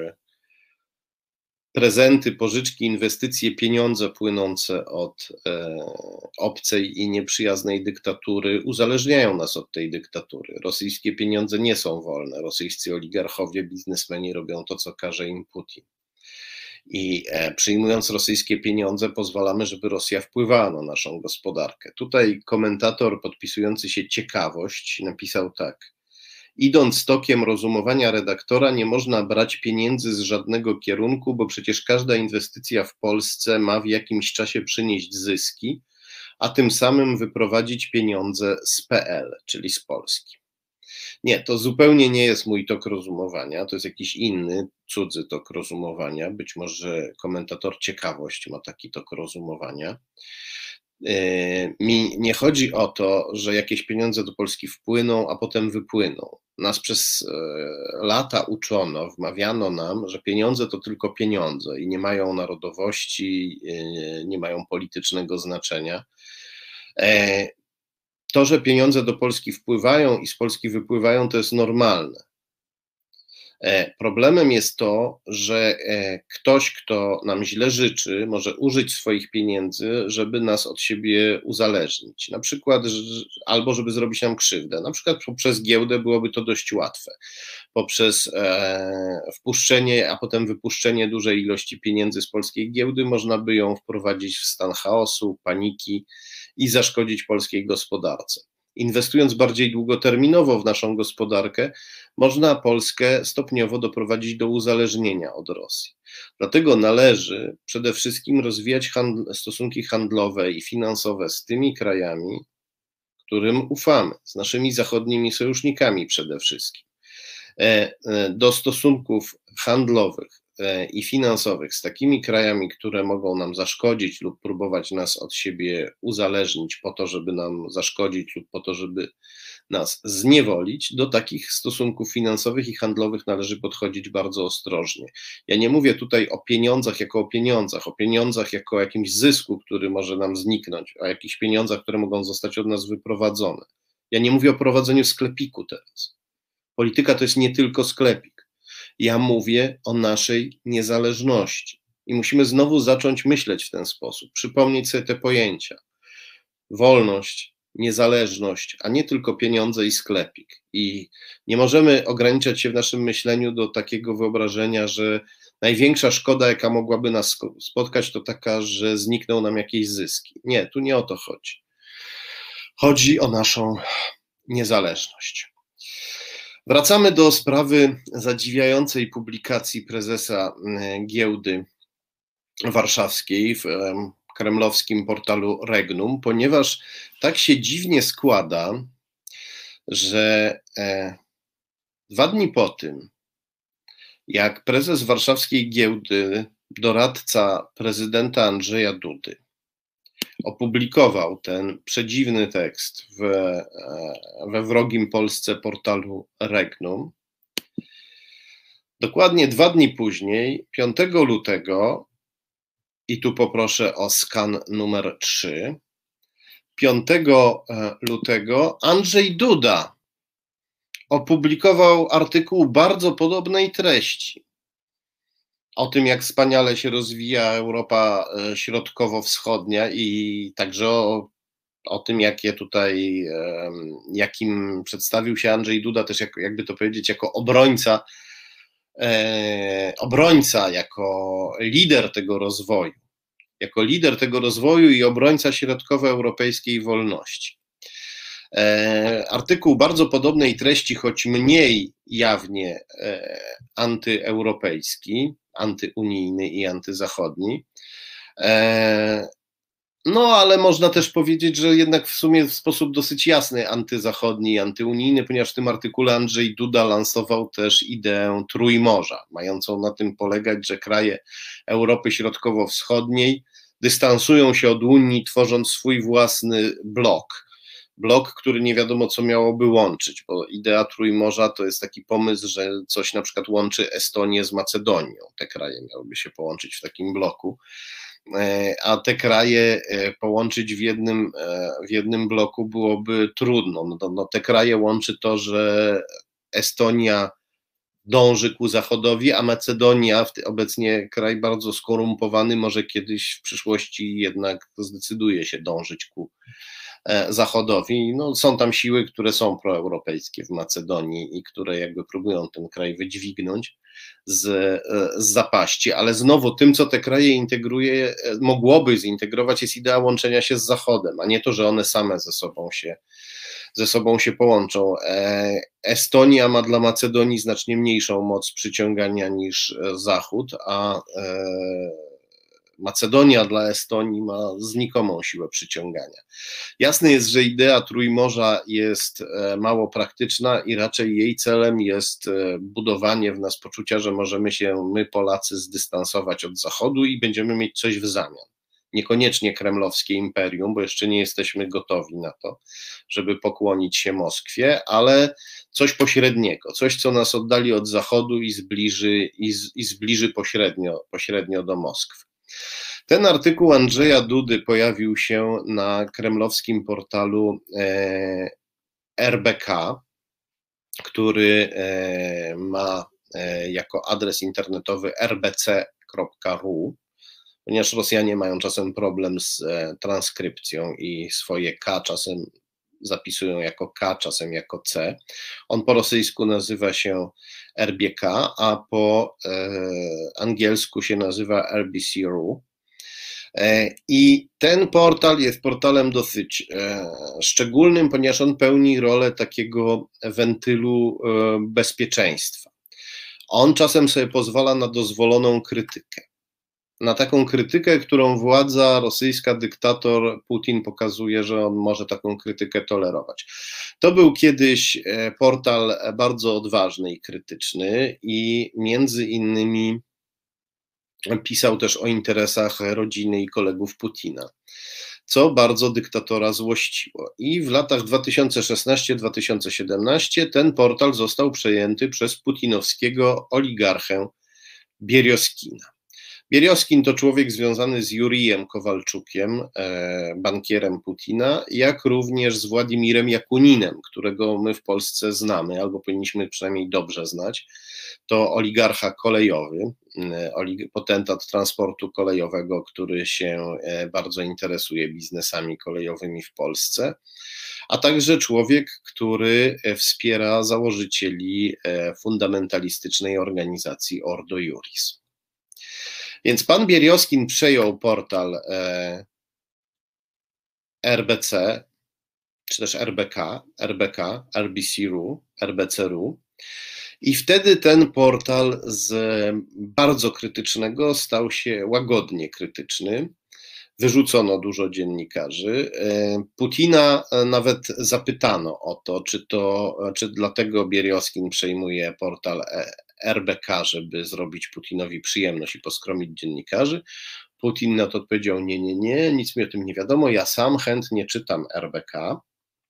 prezenty, pożyczki, inwestycje, pieniądze płynące od obcej i nieprzyjaznej dyktatury uzależniają nas od tej dyktatury. Rosyjskie pieniądze nie są wolne. Rosyjscy oligarchowie, biznesmeni robią to, co każe im Putin. I przyjmując rosyjskie pieniądze, pozwalamy, żeby Rosja wpływała na naszą gospodarkę. Tutaj komentator podpisujący się Ciekawość napisał tak: idąc tokiem rozumowania redaktora, nie można brać pieniędzy z żadnego kierunku, bo przecież każda inwestycja w Polsce ma w jakimś czasie przynieść zyski, a tym samym wyprowadzić pieniądze z P L, czyli z Polski. Nie, to zupełnie nie jest mój tok rozumowania, to jest jakiś inny, cudzy tok rozumowania. Być może komentator Ciekawość ma taki tok rozumowania. Mi nie chodzi o to, że jakieś pieniądze do Polski wpłyną, a potem wypłyną. Nas przez lata uczono, wmawiano nam, że pieniądze to tylko pieniądze i nie mają narodowości, nie mają politycznego znaczenia. To, że pieniądze do Polski wpływają i z Polski wypływają, to jest normalne. Problemem jest to, że ktoś, kto nam źle życzy, może użyć swoich pieniędzy, żeby nas od siebie uzależnić. Na przykład, albo żeby zrobić nam krzywdę. Na przykład poprzez giełdę byłoby to dość łatwe. Poprzez wpuszczenie, a potem wypuszczenie dużej ilości pieniędzy z polskiej giełdy można by ją wprowadzić w stan chaosu, paniki i zaszkodzić polskiej gospodarce. Inwestując bardziej długoterminowo w naszą gospodarkę, można Polskę stopniowo doprowadzić do uzależnienia od Rosji. Dlatego należy przede wszystkim rozwijać handl- stosunki handlowe i finansowe z tymi krajami, którym ufamy, z naszymi zachodnimi sojusznikami przede wszystkim. Do stosunków handlowych i finansowych z takimi krajami, które mogą nam zaszkodzić lub próbować nas od siebie uzależnić po to, żeby nam zaszkodzić lub po to, żeby nas zniewolić, do takich stosunków finansowych i handlowych należy podchodzić bardzo ostrożnie. Ja nie mówię tutaj o pieniądzach jako o pieniądzach, o pieniądzach jako o jakimś zysku, który może nam zniknąć, o jakichś pieniądzach, które mogą zostać od nas wyprowadzone. Ja nie mówię o prowadzeniu sklepiku teraz. Polityka to jest nie tylko sklepik. Ja mówię o naszej niezależności i musimy znowu zacząć myśleć w ten sposób, przypomnieć sobie te pojęcia. Wolność, niezależność, a nie tylko pieniądze i sklepik. I nie możemy ograniczać się w naszym myśleniu do takiego wyobrażenia, że największa szkoda, jaka mogłaby nas spotkać, to taka, że znikną nam jakieś zyski. Nie, tu nie o to chodzi. Chodzi o naszą niezależność. Wracamy do sprawy zadziwiającej publikacji prezesa giełdy warszawskiej w kremlowskim portalu Regnum, ponieważ tak się dziwnie składa, że dwa dni po tym, jak prezes warszawskiej giełdy, doradca prezydenta Andrzeja Dudy, opublikował ten przedziwny tekst w, we wrogim Polsce portalu Regnum, dokładnie dwa dni później, piątego lutego, i tu poproszę o skan numer trzy, piątego lutego Andrzej Duda opublikował artykuł bardzo podobnej treści o tym, jak wspaniale się rozwija Europa środkowo-wschodnia i także o, o tym, jakie tutaj, jakim przedstawił się Andrzej Duda też, jako, jakby to powiedzieć, jako obrońca, e, obrońca, jako lider tego rozwoju, jako lider tego rozwoju i obrońca środkowoeuropejskiej wolności. E, artykuł bardzo podobnej treści, choć mniej jawnie e, antyeuropejski, antyunijny i antyzachodni. E, no, ale można też powiedzieć, że jednak w sumie w sposób dosyć jasny antyzachodni i antyunijny, ponieważ w tym artykule Andrzej Duda lansował też ideę Trójmorza, mającą na tym polegać, że kraje Europy Środkowo-Wschodniej dystansują się od Unii, tworząc swój własny blok. Blok, który nie wiadomo co miałoby łączyć, bo idea Trójmorza to jest taki pomysł, że coś na przykład łączy Estonię z Macedonią. Te kraje miałyby się połączyć w takim bloku, a te kraje połączyć w jednym, w jednym bloku byłoby trudno. No, to, no, te kraje łączy to, że Estonia dąży ku Zachodowi, a Macedonia, obecnie kraj bardzo skorumpowany, może kiedyś w przyszłości jednak zdecyduje się dążyć ku Zachodowi. No, są tam siły, które są proeuropejskie w Macedonii i które jakby próbują ten kraj wydźwignąć z, z zapaści, ale znowu tym, co te kraje integruje, mogłoby zintegrować, jest idea łączenia się z Zachodem, a nie to, że one same ze sobą się, ze sobą się połączą. Estonia ma dla Macedonii znacznie mniejszą moc przyciągania niż Zachód, a Macedonia dla Estonii ma znikomą siłę przyciągania. Jasne jest, że idea Trójmorza jest mało praktyczna i raczej jej celem jest budowanie w nas poczucia, że możemy się my Polacy zdystansować od Zachodu i będziemy mieć coś w zamian. Niekoniecznie kremlowskie imperium, bo jeszcze nie jesteśmy gotowi na to, żeby pokłonić się Moskwie, ale coś pośredniego, coś, co nas oddali od Zachodu i zbliży, i z, i zbliży pośrednio, pośrednio do Moskwy. Ten artykuł Andrzeja Dudy pojawił się na kremlowskim portalu e, R B K, który e, ma e, jako adres internetowy r b c kropka r u, ponieważ Rosjanie mają czasem problem z e, transkrypcją i swoje K czasem zapisują jako K, czasem jako C. On po rosyjsku nazywa się R B K, a po e, angielsku się nazywa R B C R U. E, I ten portal jest portalem dosyć e, szczególnym, ponieważ on pełni rolę takiego wentylu e, bezpieczeństwa. On czasem sobie pozwala na dozwoloną krytykę. Na taką krytykę, którą władza rosyjska, dyktator Putin pokazuje, że on może taką krytykę tolerować. To był kiedyś portal bardzo odważny i krytyczny i między innymi pisał też o interesach rodziny i kolegów Putina, co bardzo dyktatora złościło. I w latach dwa tysiące szesnastym do dwa tysiące siedemnastego ten portal został przejęty przez putinowskiego oligarchę Bierioskina. Bierioskин to człowiek związany z Jurijem Kowalczukiem, e, bankierem Putina, jak również z Władimirem Jakuninem, którego my w Polsce znamy, albo powinniśmy przynajmniej dobrze znać. To oligarcha kolejowy, e, olig- potentat transportu kolejowego, który się e, bardzo interesuje biznesami kolejowymi w Polsce, a także człowiek, który wspiera założycieli e, fundamentalistycznej organizacji Ordo Iuris. Więc pan Bierioskин przejął portal e, R B C, czy też R B K, R B K, R B C R U, R B C R U i wtedy ten portal z bardzo krytycznego stał się łagodnie krytyczny. Wyrzucono dużo dziennikarzy. Putina nawet zapytano o to, czy to, czy dlatego Bierioskин przejmuje portal R B K, żeby zrobić Putinowi przyjemność i poskromić dziennikarzy. Putin na to odpowiedział: nie, nie, nie, nic mi o tym nie wiadomo, ja sam chętnie czytam R B K.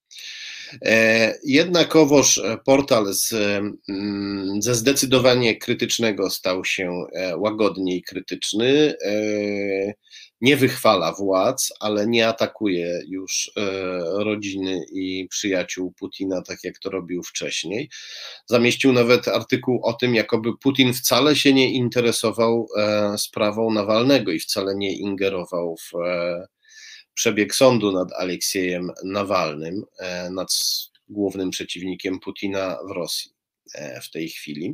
Jednakowoż portal z, ze zdecydowanie krytycznego stał się łagodniej krytyczny, nie wychwala władz, ale nie atakuje już rodziny i przyjaciół Putina, tak jak to robił wcześniej. Zamieścił nawet artykuł o tym, jakoby Putin wcale się nie interesował sprawą Nawalnego i wcale nie ingerował w przebieg sądu nad Aleksiejem Nawalnym, nad głównym przeciwnikiem Putina w Rosji w tej chwili.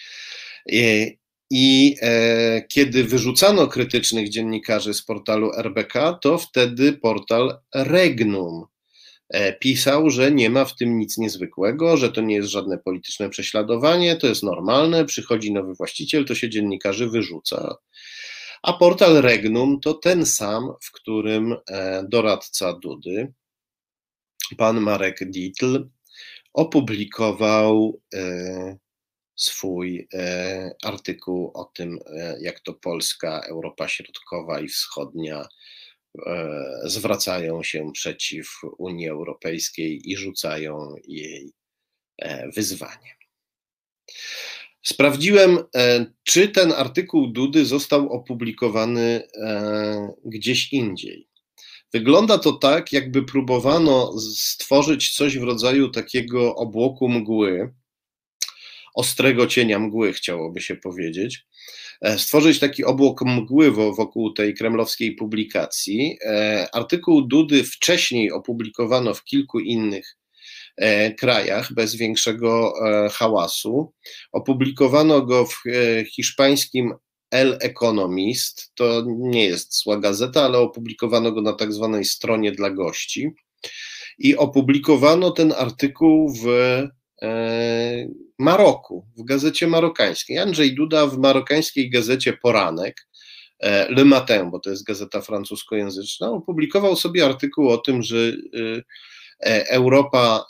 I kiedy wyrzucano krytycznych dziennikarzy z portalu R B K, to wtedy portal Regnum pisał, że nie ma w tym nic niezwykłego, że to nie jest żadne polityczne prześladowanie, to jest normalne, przychodzi nowy właściciel, to się dziennikarzy wyrzuca. A portal Regnum to ten sam, w którym doradca Dudy, pan Marek Dietl, opublikował swój artykuł o tym, jak to Polska, Europa Środkowa i Wschodnia zwracają się przeciw Unii Europejskiej i rzucają jej wyzwanie. Sprawdziłem, czy ten artykuł Dudy został opublikowany gdzieś indziej. Wygląda to tak, jakby próbowano stworzyć coś w rodzaju takiego obłoku mgły, ostrego cienia mgły, chciałoby się powiedzieć, stworzyć taki obłok mgły wokół tej kremlowskiej publikacji. Artykuł Dudy wcześniej opublikowano w kilku innych krajach bez większego hałasu. Opublikowano go w hiszpańskim El Economist, to nie jest zła gazeta, ale opublikowano go na tak zwanej stronie dla gości i opublikowano ten artykuł w Maroku, w gazecie marokańskiej. Andrzej Duda w marokańskiej gazecie Poranek Le Matin, bo to jest gazeta francuskojęzyczna, opublikował sobie artykuł o tym, że Europa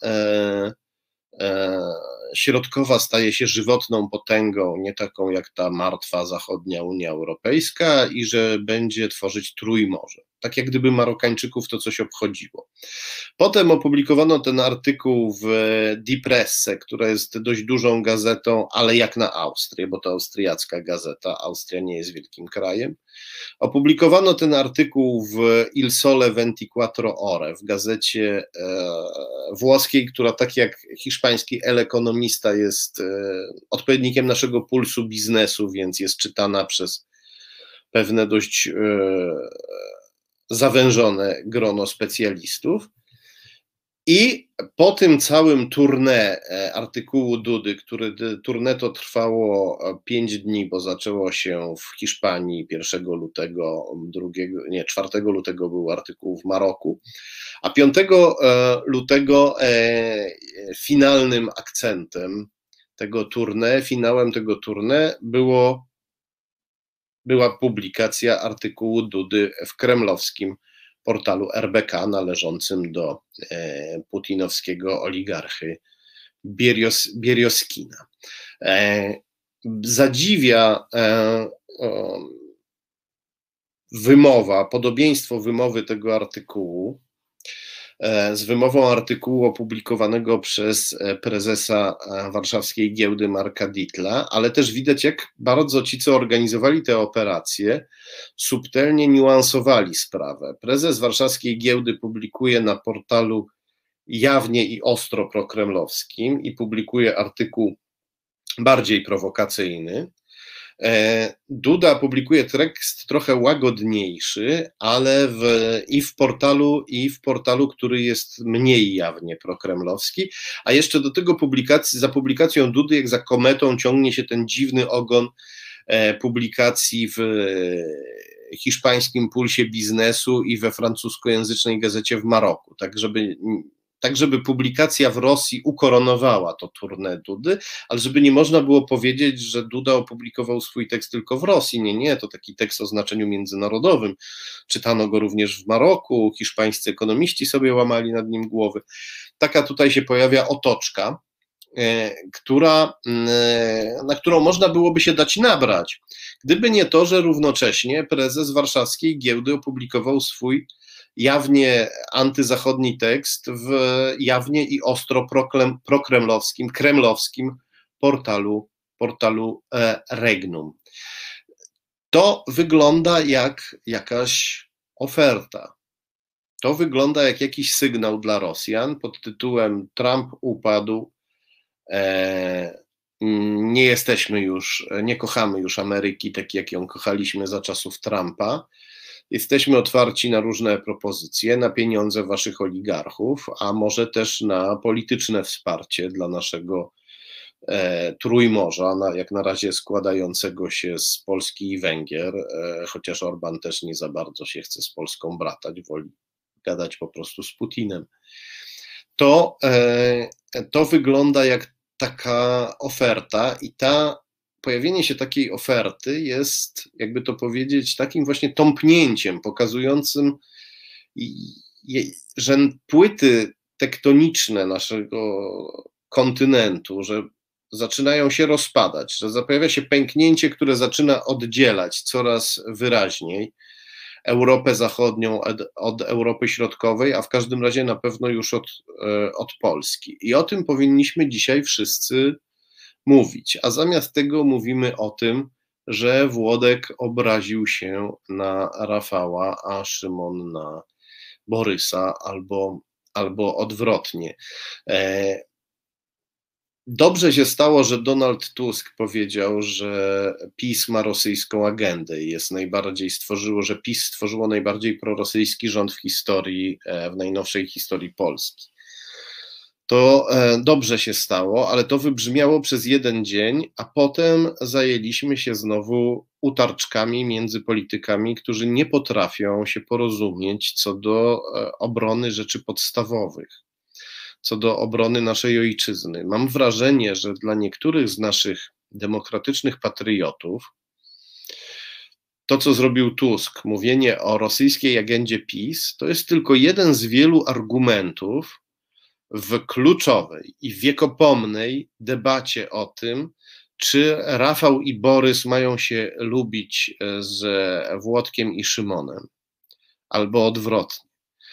środkowa staje się żywotną potęgą, nie taką jak ta martwa zachodnia Unia Europejska i że będzie tworzyć Trójmorze. Tak jak gdyby Marokańczyków to coś obchodziło. Potem opublikowano ten artykuł w Die Presse, która jest dość dużą gazetą, ale jak na Austrię, bo to austriacka gazeta, Austria nie jest wielkim krajem. Opublikowano ten artykuł w Il Sole ventiquattro ore, w gazecie e, włoskiej, która tak jak hiszpański El Economista jest e, odpowiednikiem naszego Pulsu biznesu, więc jest czytana przez pewne dość e, zawężone grono specjalistów. I po tym całym tournée artykułu Dudy, który tournée to trwało pięć dni, bo zaczęło się w Hiszpanii pierwszego lutego, drugiego, nie, czwartego lutego był artykuł w Maroku, a piątego lutego finalnym akcentem tego tournée, finałem tego tournée było, była publikacja artykułu Dudy w kremlowskim portalu R B K należącym do e, putinowskiego oligarchy Bierios, Bierioskina. E, zadziwia e, o, wymowa, podobieństwo wymowy tego artykułu e, z wymową artykułu opublikowanego przez prezesa warszawskiej giełdy Marka Dietla, ale też widać, jak bardzo ci, co organizowali te operacje, subtelnie niuansowali sprawę. Prezes warszawskiej giełdy publikuje na portalu jawnie i ostro prokremlowskim i publikuje artykuł bardziej prowokacyjny. Duda publikuje tekst trochę łagodniejszy, ale w, i w portalu, i w portalu, który jest mniej jawnie prokremlowski, a jeszcze do tego publikacji, za publikacją Dudy, jak za kometą, ciągnie się ten dziwny ogon e, publikacji w e, hiszpańskim Pulsie Biznesu i we francuskojęzycznej gazecie w Maroku, tak żeby tak żeby publikacja w Rosji ukoronowała to tournée Dudy, ale żeby nie można było powiedzieć, że Duda opublikował swój tekst tylko w Rosji. Nie, nie, to taki tekst o znaczeniu międzynarodowym. Czytano go również w Maroku, hiszpańscy ekonomiści sobie łamali nad nim głowy. Taka tutaj się pojawia otoczka, która, na którą można byłoby się dać nabrać, gdyby nie to, że równocześnie prezes warszawskiej giełdy opublikował swój jawnie antyzachodni tekst w jawnie i ostro proklem, prokremlowskim, kremlowskim portalu, portalu e, Regnum. To wygląda jak jakaś oferta. To wygląda jak jakiś sygnał dla Rosjan pod tytułem Trump upadł, e, nie jesteśmy już, nie kochamy już Ameryki tak jak ją kochaliśmy za czasów Trumpa. Jesteśmy otwarci na różne propozycje, na pieniądze waszych oligarchów, a może też na polityczne wsparcie dla naszego e, Trójmorza, na, jak na razie składającego się z Polski i Węgier, e, chociaż Orban też nie za bardzo się chce z Polską bratać, woli gadać po prostu z Putinem. To, e, to wygląda jak taka oferta i ta pojawienie się takiej oferty jest, jakby to powiedzieć, takim właśnie tąpnięciem pokazującym, że płyty tektoniczne naszego kontynentu, że zaczynają się rozpadać, że pojawia się pęknięcie, które zaczyna oddzielać coraz wyraźniej Europę Zachodnią od, od Europy Środkowej, a w każdym razie na pewno już od, od Polski. I o tym powinniśmy dzisiaj wszyscy mówić, a zamiast tego mówimy o tym, że Włodek obraził się na Rafała, a Szymon na Borysa, albo, albo odwrotnie. Dobrze się stało, że Donald Tusk powiedział, że PiS ma rosyjską agendę i jest najbardziej stworzyło, że PiS stworzyło najbardziej prorosyjski rząd w historii, w najnowszej historii Polski. To dobrze się stało, ale to wybrzmiało przez jeden dzień, a potem zajęliśmy się znowu utarczkami między politykami, którzy nie potrafią się porozumieć co do obrony rzeczy podstawowych, co do obrony naszej ojczyzny. Mam wrażenie, że dla niektórych z naszych demokratycznych patriotów to, co zrobił Tusk, mówienie o rosyjskiej agendzie PiS, to jest tylko jeden z wielu argumentów w kluczowej i wiekopomnej debacie o tym, czy Rafał i Borys mają się lubić z Włodkiem i Szymonem, albo odwrotnie.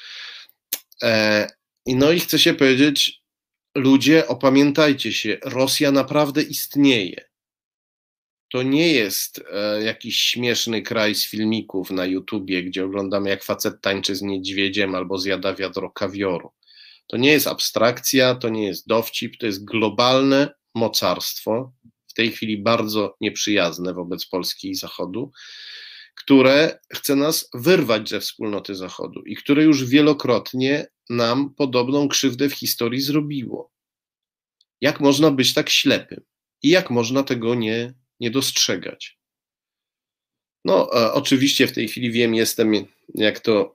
No i chcę się powiedzieć, ludzie, opamiętajcie się, Rosja naprawdę istnieje. To nie jest e, jakiś śmieszny kraj z filmików na YouTubie, gdzie oglądamy, jak facet tańczy z niedźwiedziem albo zjada wiadro kawioru. To nie jest abstrakcja, to nie jest dowcip, to jest globalne mocarstwo, w tej chwili bardzo nieprzyjazne wobec Polski i Zachodu, które chce nas wyrwać ze wspólnoty Zachodu i które już wielokrotnie nam podobną krzywdę w historii zrobiło. Jak można być tak ślepym? I jak można tego nie, nie dostrzegać? No, e, oczywiście w tej chwili wiem, jestem, jak to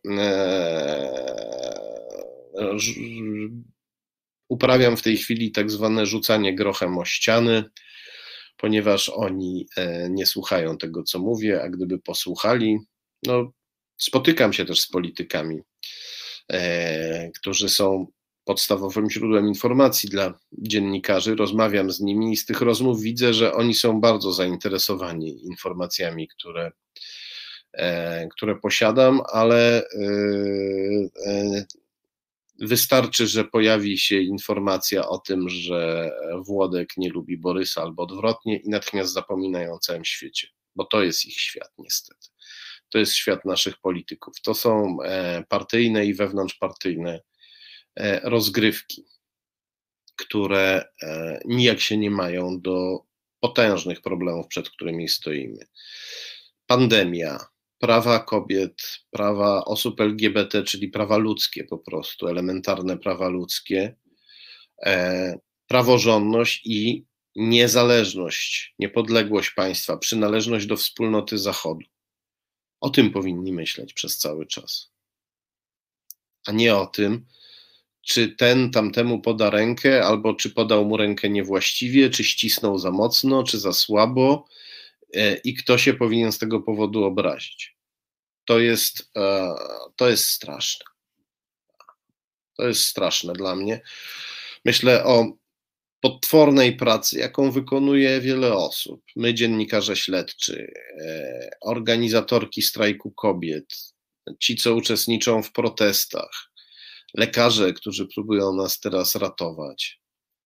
e, ż, uprawiam w tej chwili tak zwane rzucanie grochem o ściany, ponieważ oni e, nie słuchają tego, co mówię, a gdyby posłuchali, no, spotykam się też z politykami, e, którzy są podstawowym źródłem informacji dla dziennikarzy, rozmawiam z nimi i z tych rozmów widzę, że oni są bardzo zainteresowani informacjami, które, e, które posiadam, ale e, e, wystarczy, że pojawi się informacja o tym, że Włodek nie lubi Borysa albo odwrotnie i natychmiast zapominają o całym świecie, bo to jest ich świat niestety. To jest świat naszych polityków. To są e, partyjne i wewnątrzpartyjne rozgrywki, które nijak się nie mają do potężnych problemów, przed którymi stoimy. Pandemia, prawa kobiet, prawa osób L G B T, czyli prawa ludzkie po prostu, elementarne prawa ludzkie, praworządność i niezależność, niepodległość państwa, przynależność do wspólnoty Zachodu. O tym powinni myśleć przez cały czas, a nie o tym, czy ten tamtemu poda rękę, albo czy podał mu rękę niewłaściwie, czy ścisnął za mocno, czy za słabo i kto się powinien z tego powodu obrazić. To jest, to jest straszne. To jest straszne dla mnie. Myślę o potwornej pracy, jaką wykonuje wiele osób. My, dziennikarze śledczy, organizatorki strajku kobiet, ci, co uczestniczą w protestach, lekarze, którzy próbują nas teraz ratować.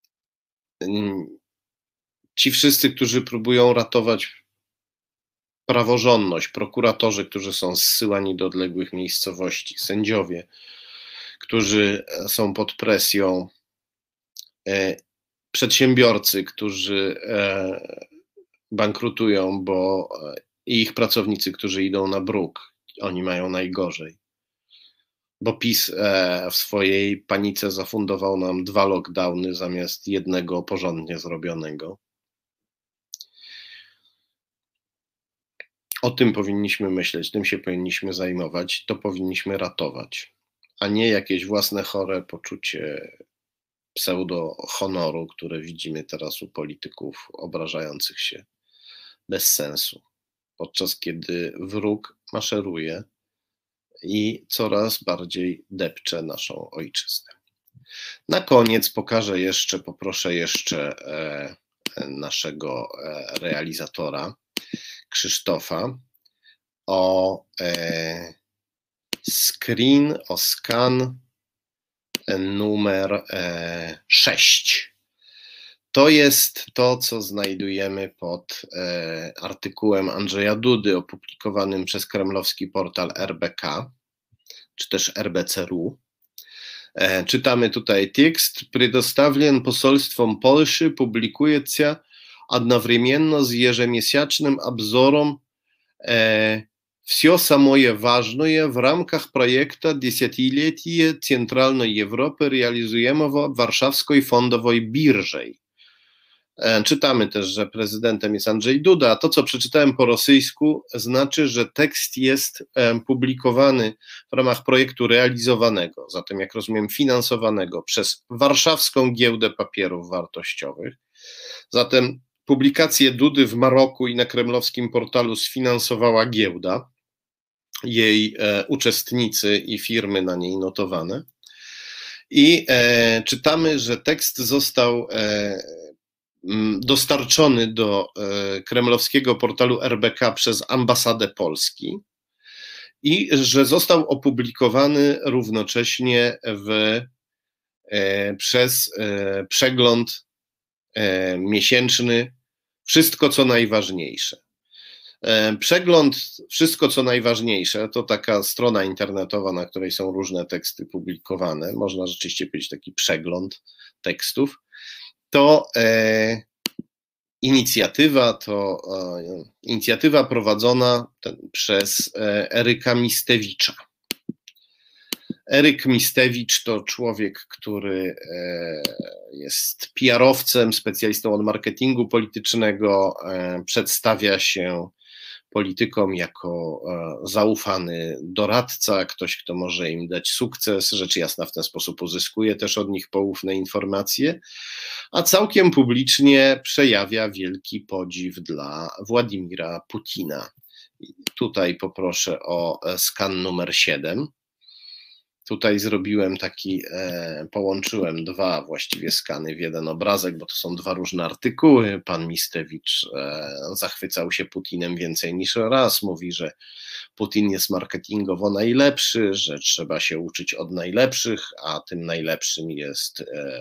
Ci wszyscy, którzy próbują ratować praworządność, prokuratorzy, którzy są zsyłani do odległych miejscowości, sędziowie, którzy są pod presją, przedsiębiorcy, którzy bankrutują, bo i ich pracownicy, którzy idą na bruk, oni mają najgorzej. Bo PiS w swojej panice zafundował nam dwa lockdowny zamiast jednego porządnie zrobionego. O tym powinniśmy myśleć, tym się powinniśmy zajmować, to powinniśmy ratować, a nie jakieś własne chore poczucie pseudo-honoru, które widzimy teraz u polityków obrażających się bez sensu, podczas kiedy wróg maszeruje i coraz bardziej depcze naszą ojczyznę. Na koniec pokażę jeszcze, poproszę jeszcze e, naszego e, realizatora Krzysztofa o e, screen, o skan numer e, sześć. To jest to, co znajdujemy pod e, artykułem Andrzeja Dudy opublikowanym przez kremlowski portal R B K, czy też R B C R U. E, czytamy tutaj tekst. Предоставлен посольством Польши, публикуется одновременно с ежемесячным обзором e, все самое важное в рамках проекта «Десятилетие Центральной Европы», реализуемого Warszawskiej Fondowej Birżej. Czytamy też, że prezydentem jest Andrzej Duda, a to, co przeczytałem po rosyjsku, znaczy, że tekst jest publikowany w ramach projektu realizowanego, zatem jak rozumiem finansowanego przez Warszawską Giełdę Papierów Wartościowych. Zatem publikację Dudy w Maroku i na kremlowskim portalu sfinansowała giełda, jej e, uczestnicy i firmy na niej notowane. I e, czytamy, że tekst został e, dostarczony do e, kremlowskiego portalu R B K przez ambasadę Polski i że został opublikowany równocześnie w, e, przez e, przegląd e, miesięczny Wszystko co najważniejsze. E, przegląd Wszystko co najważniejsze to taka strona internetowa, na której są różne teksty publikowane, można rzeczywiście powiedzieć taki przegląd tekstów. To e, inicjatywa, to e, inicjatywa prowadzona ten, przez e, Eryka Mistewicza. Eryk Mistewicz to człowiek, który e, jest P R-owcem, specjalistą od marketingu politycznego, e, przedstawia się politykom jako e, zaufany doradca, ktoś, kto może im dać sukces, rzecz jasna w ten sposób uzyskuje też od nich poufne informacje, a całkiem publicznie przejawia wielki podziw dla Władimira Putina. Tutaj poproszę o skan numer siedem. Tutaj zrobiłem taki, e, połączyłem dwa właściwie skany w jeden obrazek, bo to są dwa różne artykuły. Pan Mistewicz e, zachwycał się Putinem więcej niż raz. Mówi, że Putin jest marketingowo najlepszy, że trzeba się uczyć od najlepszych, a tym najlepszym jest e,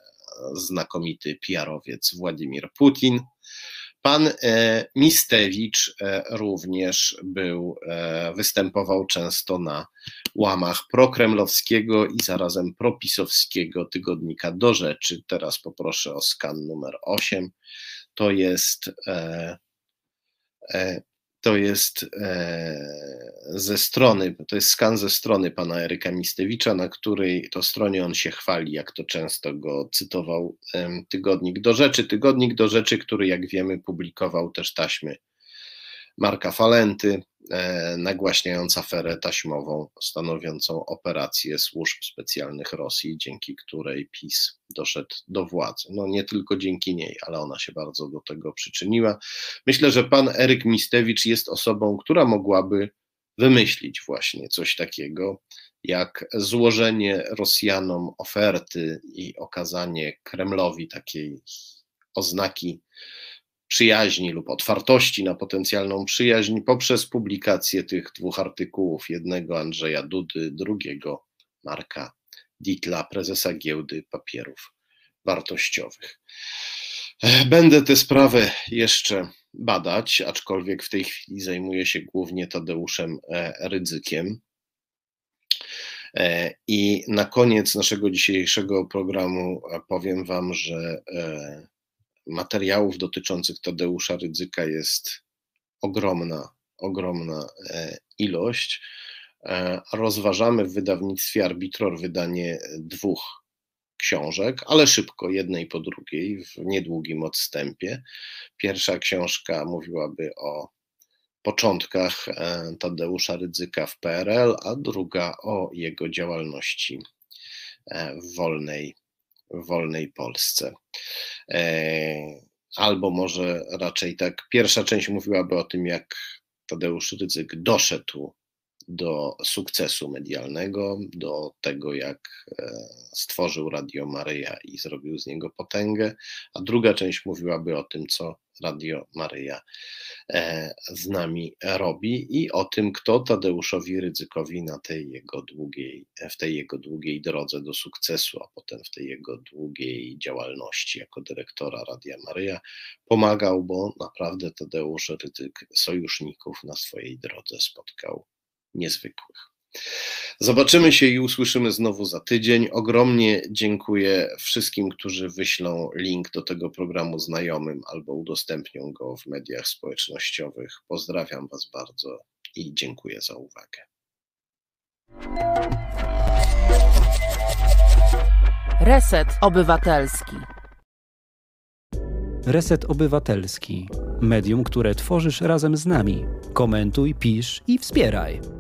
znakomity P R-owiec Władimir Putin. Pan e, Mistewicz e, również był, e, występował często na łamach prokremlowskiego i zarazem propisowskiego tygodnika Do Rzeczy. Teraz poproszę o skan numer osiem. To jest, e, e, to jest e, ze strony, to jest skan ze strony pana Eryka Mistewicza, na której to stronie on się chwali, jak to często go cytował e, tygodnik Do Rzeczy. Tygodnik Do Rzeczy, który jak wiemy publikował też taśmy Marka Falenty, e, nagłaśniając aferę taśmową stanowiącą operację służb specjalnych Rosji, dzięki której PiS doszedł do władzy. No nie tylko dzięki niej, ale ona się bardzo do tego przyczyniła. Myślę, że pan Eryk Mistewicz jest osobą, która mogłaby wymyślić właśnie coś takiego, jak złożenie Rosjanom oferty i okazanie Kremlowi takiej oznaki przyjaźni lub otwartości na potencjalną przyjaźń poprzez publikację tych dwóch artykułów, jednego Andrzeja Dudy, drugiego Marka Dietla, prezesa Giełdy Papierów Wartościowych. Będę tę sprawę jeszcze badać, aczkolwiek w tej chwili zajmuję się głównie Tadeuszem Rydzykiem. I na koniec naszego dzisiejszego programu powiem wam, że materiałów dotyczących Tadeusza Rydzyka jest ogromna, ogromna ilość. Rozważamy w wydawnictwie Arbitror wydanie dwóch książek, ale szybko, jednej po drugiej, w niedługim odstępie. Pierwsza książka mówiłaby o początkach Tadeusza Rydzyka w P R L, a druga o jego działalności w wolnej w wolnej Polsce. Albo może raczej tak, pierwsza część mówiłaby o tym, jak Tadeusz Rydzyk doszedł do sukcesu medialnego, do tego, jak stworzył Radio Maryja i zrobił z niego potęgę, a druga część mówiłaby o tym, co Radio Maryja z nami robi i o tym, kto Tadeuszowi Rydzykowi na tej jego długiej, w tej jego długiej drodze do sukcesu, a potem w tej jego długiej działalności jako dyrektora Radia Maryja pomagał, bo naprawdę Tadeusz Rydzyk sojuszników na swojej drodze spotkał niezwykłych. Zobaczymy się i usłyszymy znowu za tydzień. Ogromnie dziękuję wszystkim, którzy wyślą link do tego programu znajomym albo udostępnią go w mediach społecznościowych. Pozdrawiam was bardzo i dziękuję za uwagę. Reset Obywatelski. Reset Obywatelski. Medium, które tworzysz razem z nami. Komentuj, pisz i wspieraj.